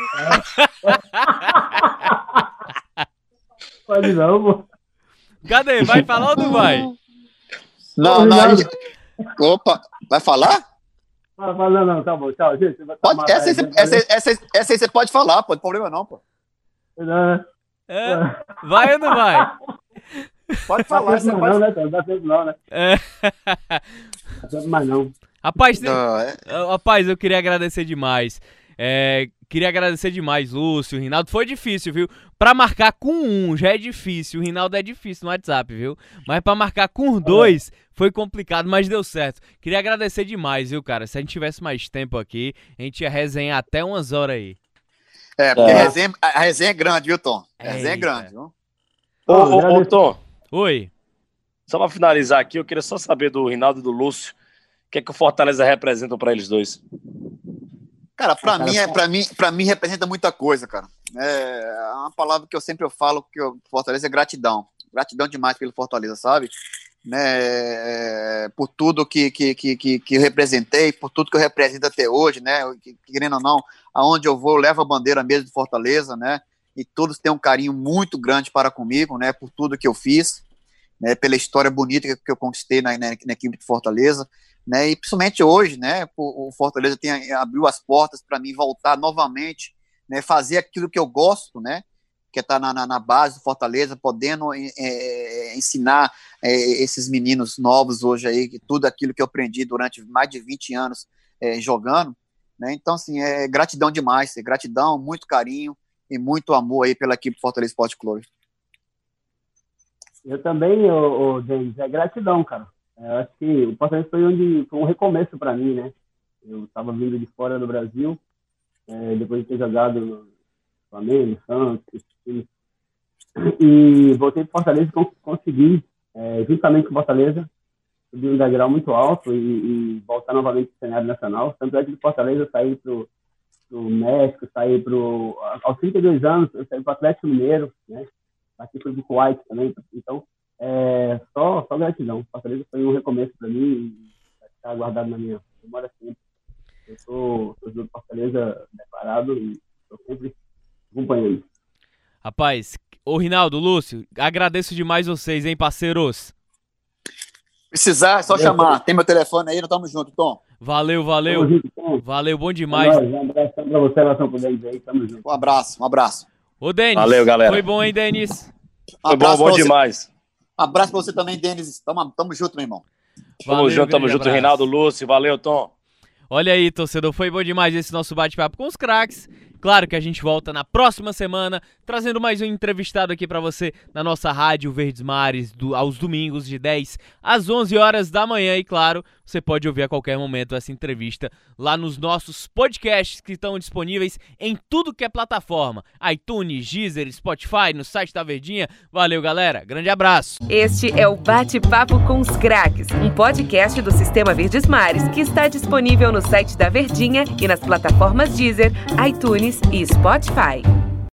Pode não, pô. Cadê? Vai falar ou não vai? Não, não. a gente- Opa, vai falar? Fala, fala, não, não, tá bom, tchau, gente. Você vai Pode. tomar Essa, aí você- praia, essa, aí- essa, aí- essa aí você pode falar, pô. Não tem problema não, pô. Não, É? Vai ou não vai? Pode Dá falar. tempo Você mais pode... não, né, Tom? Dá tempo não, né? É. Dá tempo mais não. Rapaz, tem- Não, é- Ah, rapaz, eu queria agradecer demais. É, queria agradecer demais, Lúcio, Rinaldo. Foi difícil, viu? Pra marcar com um já é difícil. O Rinaldo é difícil no WhatsApp, viu? Mas pra marcar com dois foi complicado, mas deu certo. Queria agradecer demais, viu, cara? Se a gente tivesse mais tempo aqui, a gente ia resenhar até umas horas aí. É, porque é. A, resenha, a resenha é grande, viu, Tom? A resenha é, é grande, viu? Ô, ô, ô, Tom. Oi. Só pra finalizar aqui, eu queria só saber do Rinaldo e do Lúcio, o que é que o Fortaleza representa pra eles dois? Cara, pra, cara, mim, é, pra, mim, pra mim representa muita coisa, cara. É uma palavra que eu sempre falo, que o Fortaleza é gratidão. Gratidão demais pelo Fortaleza, sabe? Né, por tudo que, que, que, que, que eu representei, por tudo que eu represento até hoje, né? Querendo ou não, aonde eu vou, eu levo a bandeira mesmo do Fortaleza, né? E todos têm um carinho muito grande para comigo, né? Por tudo que eu fiz, né? Pela história bonita que eu conquistei na, na, na equipe de Fortaleza. Né, e principalmente hoje, né, o Fortaleza tem, abriu as portas para mim voltar novamente, né, fazer aquilo que eu gosto, né, que é estar tá na, na base do Fortaleza, podendo é, ensinar é, esses meninos novos hoje aí, que tudo aquilo que eu aprendi durante mais de vinte anos é, jogando, né, então assim, é gratidão demais, é gratidão, muito carinho e muito amor aí pela equipe Fortaleza Esporte Clube. Eu também, ô, ô, James, é gratidão, cara. Eu acho que o Fortaleza foi, onde, foi um recomeço para mim, né? Eu estava vindo de fora do Brasil, é, depois de ter jogado no Flamengo, no Santos, e voltei para Fortaleza e consegui, é, juntamente com o Fortaleza, subir um degrau muito alto e, e voltar novamente para o cenário nacional. Tanto é que do Fortaleza eu saí para o México, saí para aos trinta e dois anos, eu saí para o Atlético Mineiro, né? Aqui foi para o Kuwait também, então... É, só, só gratidão. O Fortaleza foi um recomeço para mim e vai ficar guardado na minha memória sempre. Eu sou torcedor do Fortaleza declarado e estou sempre acompanhando. Rapaz, ô Rinaldo, Lúcio, agradeço demais vocês, hein, parceiros? Precisar, é só valeu, chamar. Tem meu telefone aí, nós estamos juntos, Tom. Valeu, valeu. Junto, Tom. Valeu, bom demais. Um abraço para você, relação com o Denis aí, tamo junto. Um abraço, um abraço. Ô, Denis. Valeu, galera. Foi bom, hein, Denis? Um foi bom, bom demais. Um abraço pra você também, Denis. Tamo, tamo junto, meu irmão. Valeu, tamo junto, tamo junto, abraço. Reinaldo, Lúcio. Valeu, Tom. Olha aí, torcedor, foi bom demais esse nosso bate-papo com os craques. Claro que a gente volta na próxima semana, trazendo mais um entrevistado aqui pra você na nossa rádio Verdes Mares, do, aos domingos de dez às onze horas da manhã. E claro, você pode ouvir a qualquer momento essa entrevista lá nos nossos podcasts que estão disponíveis em tudo que é plataforma. iTunes, Deezer, Spotify, no site da Verdinha. Valeu, galera. Grande abraço. Este é o Bate-Papo com os Craques, um podcast do Sistema Verdes Mares que está disponível no site da Verdinha e nas plataformas Deezer, iTunes e Spotify.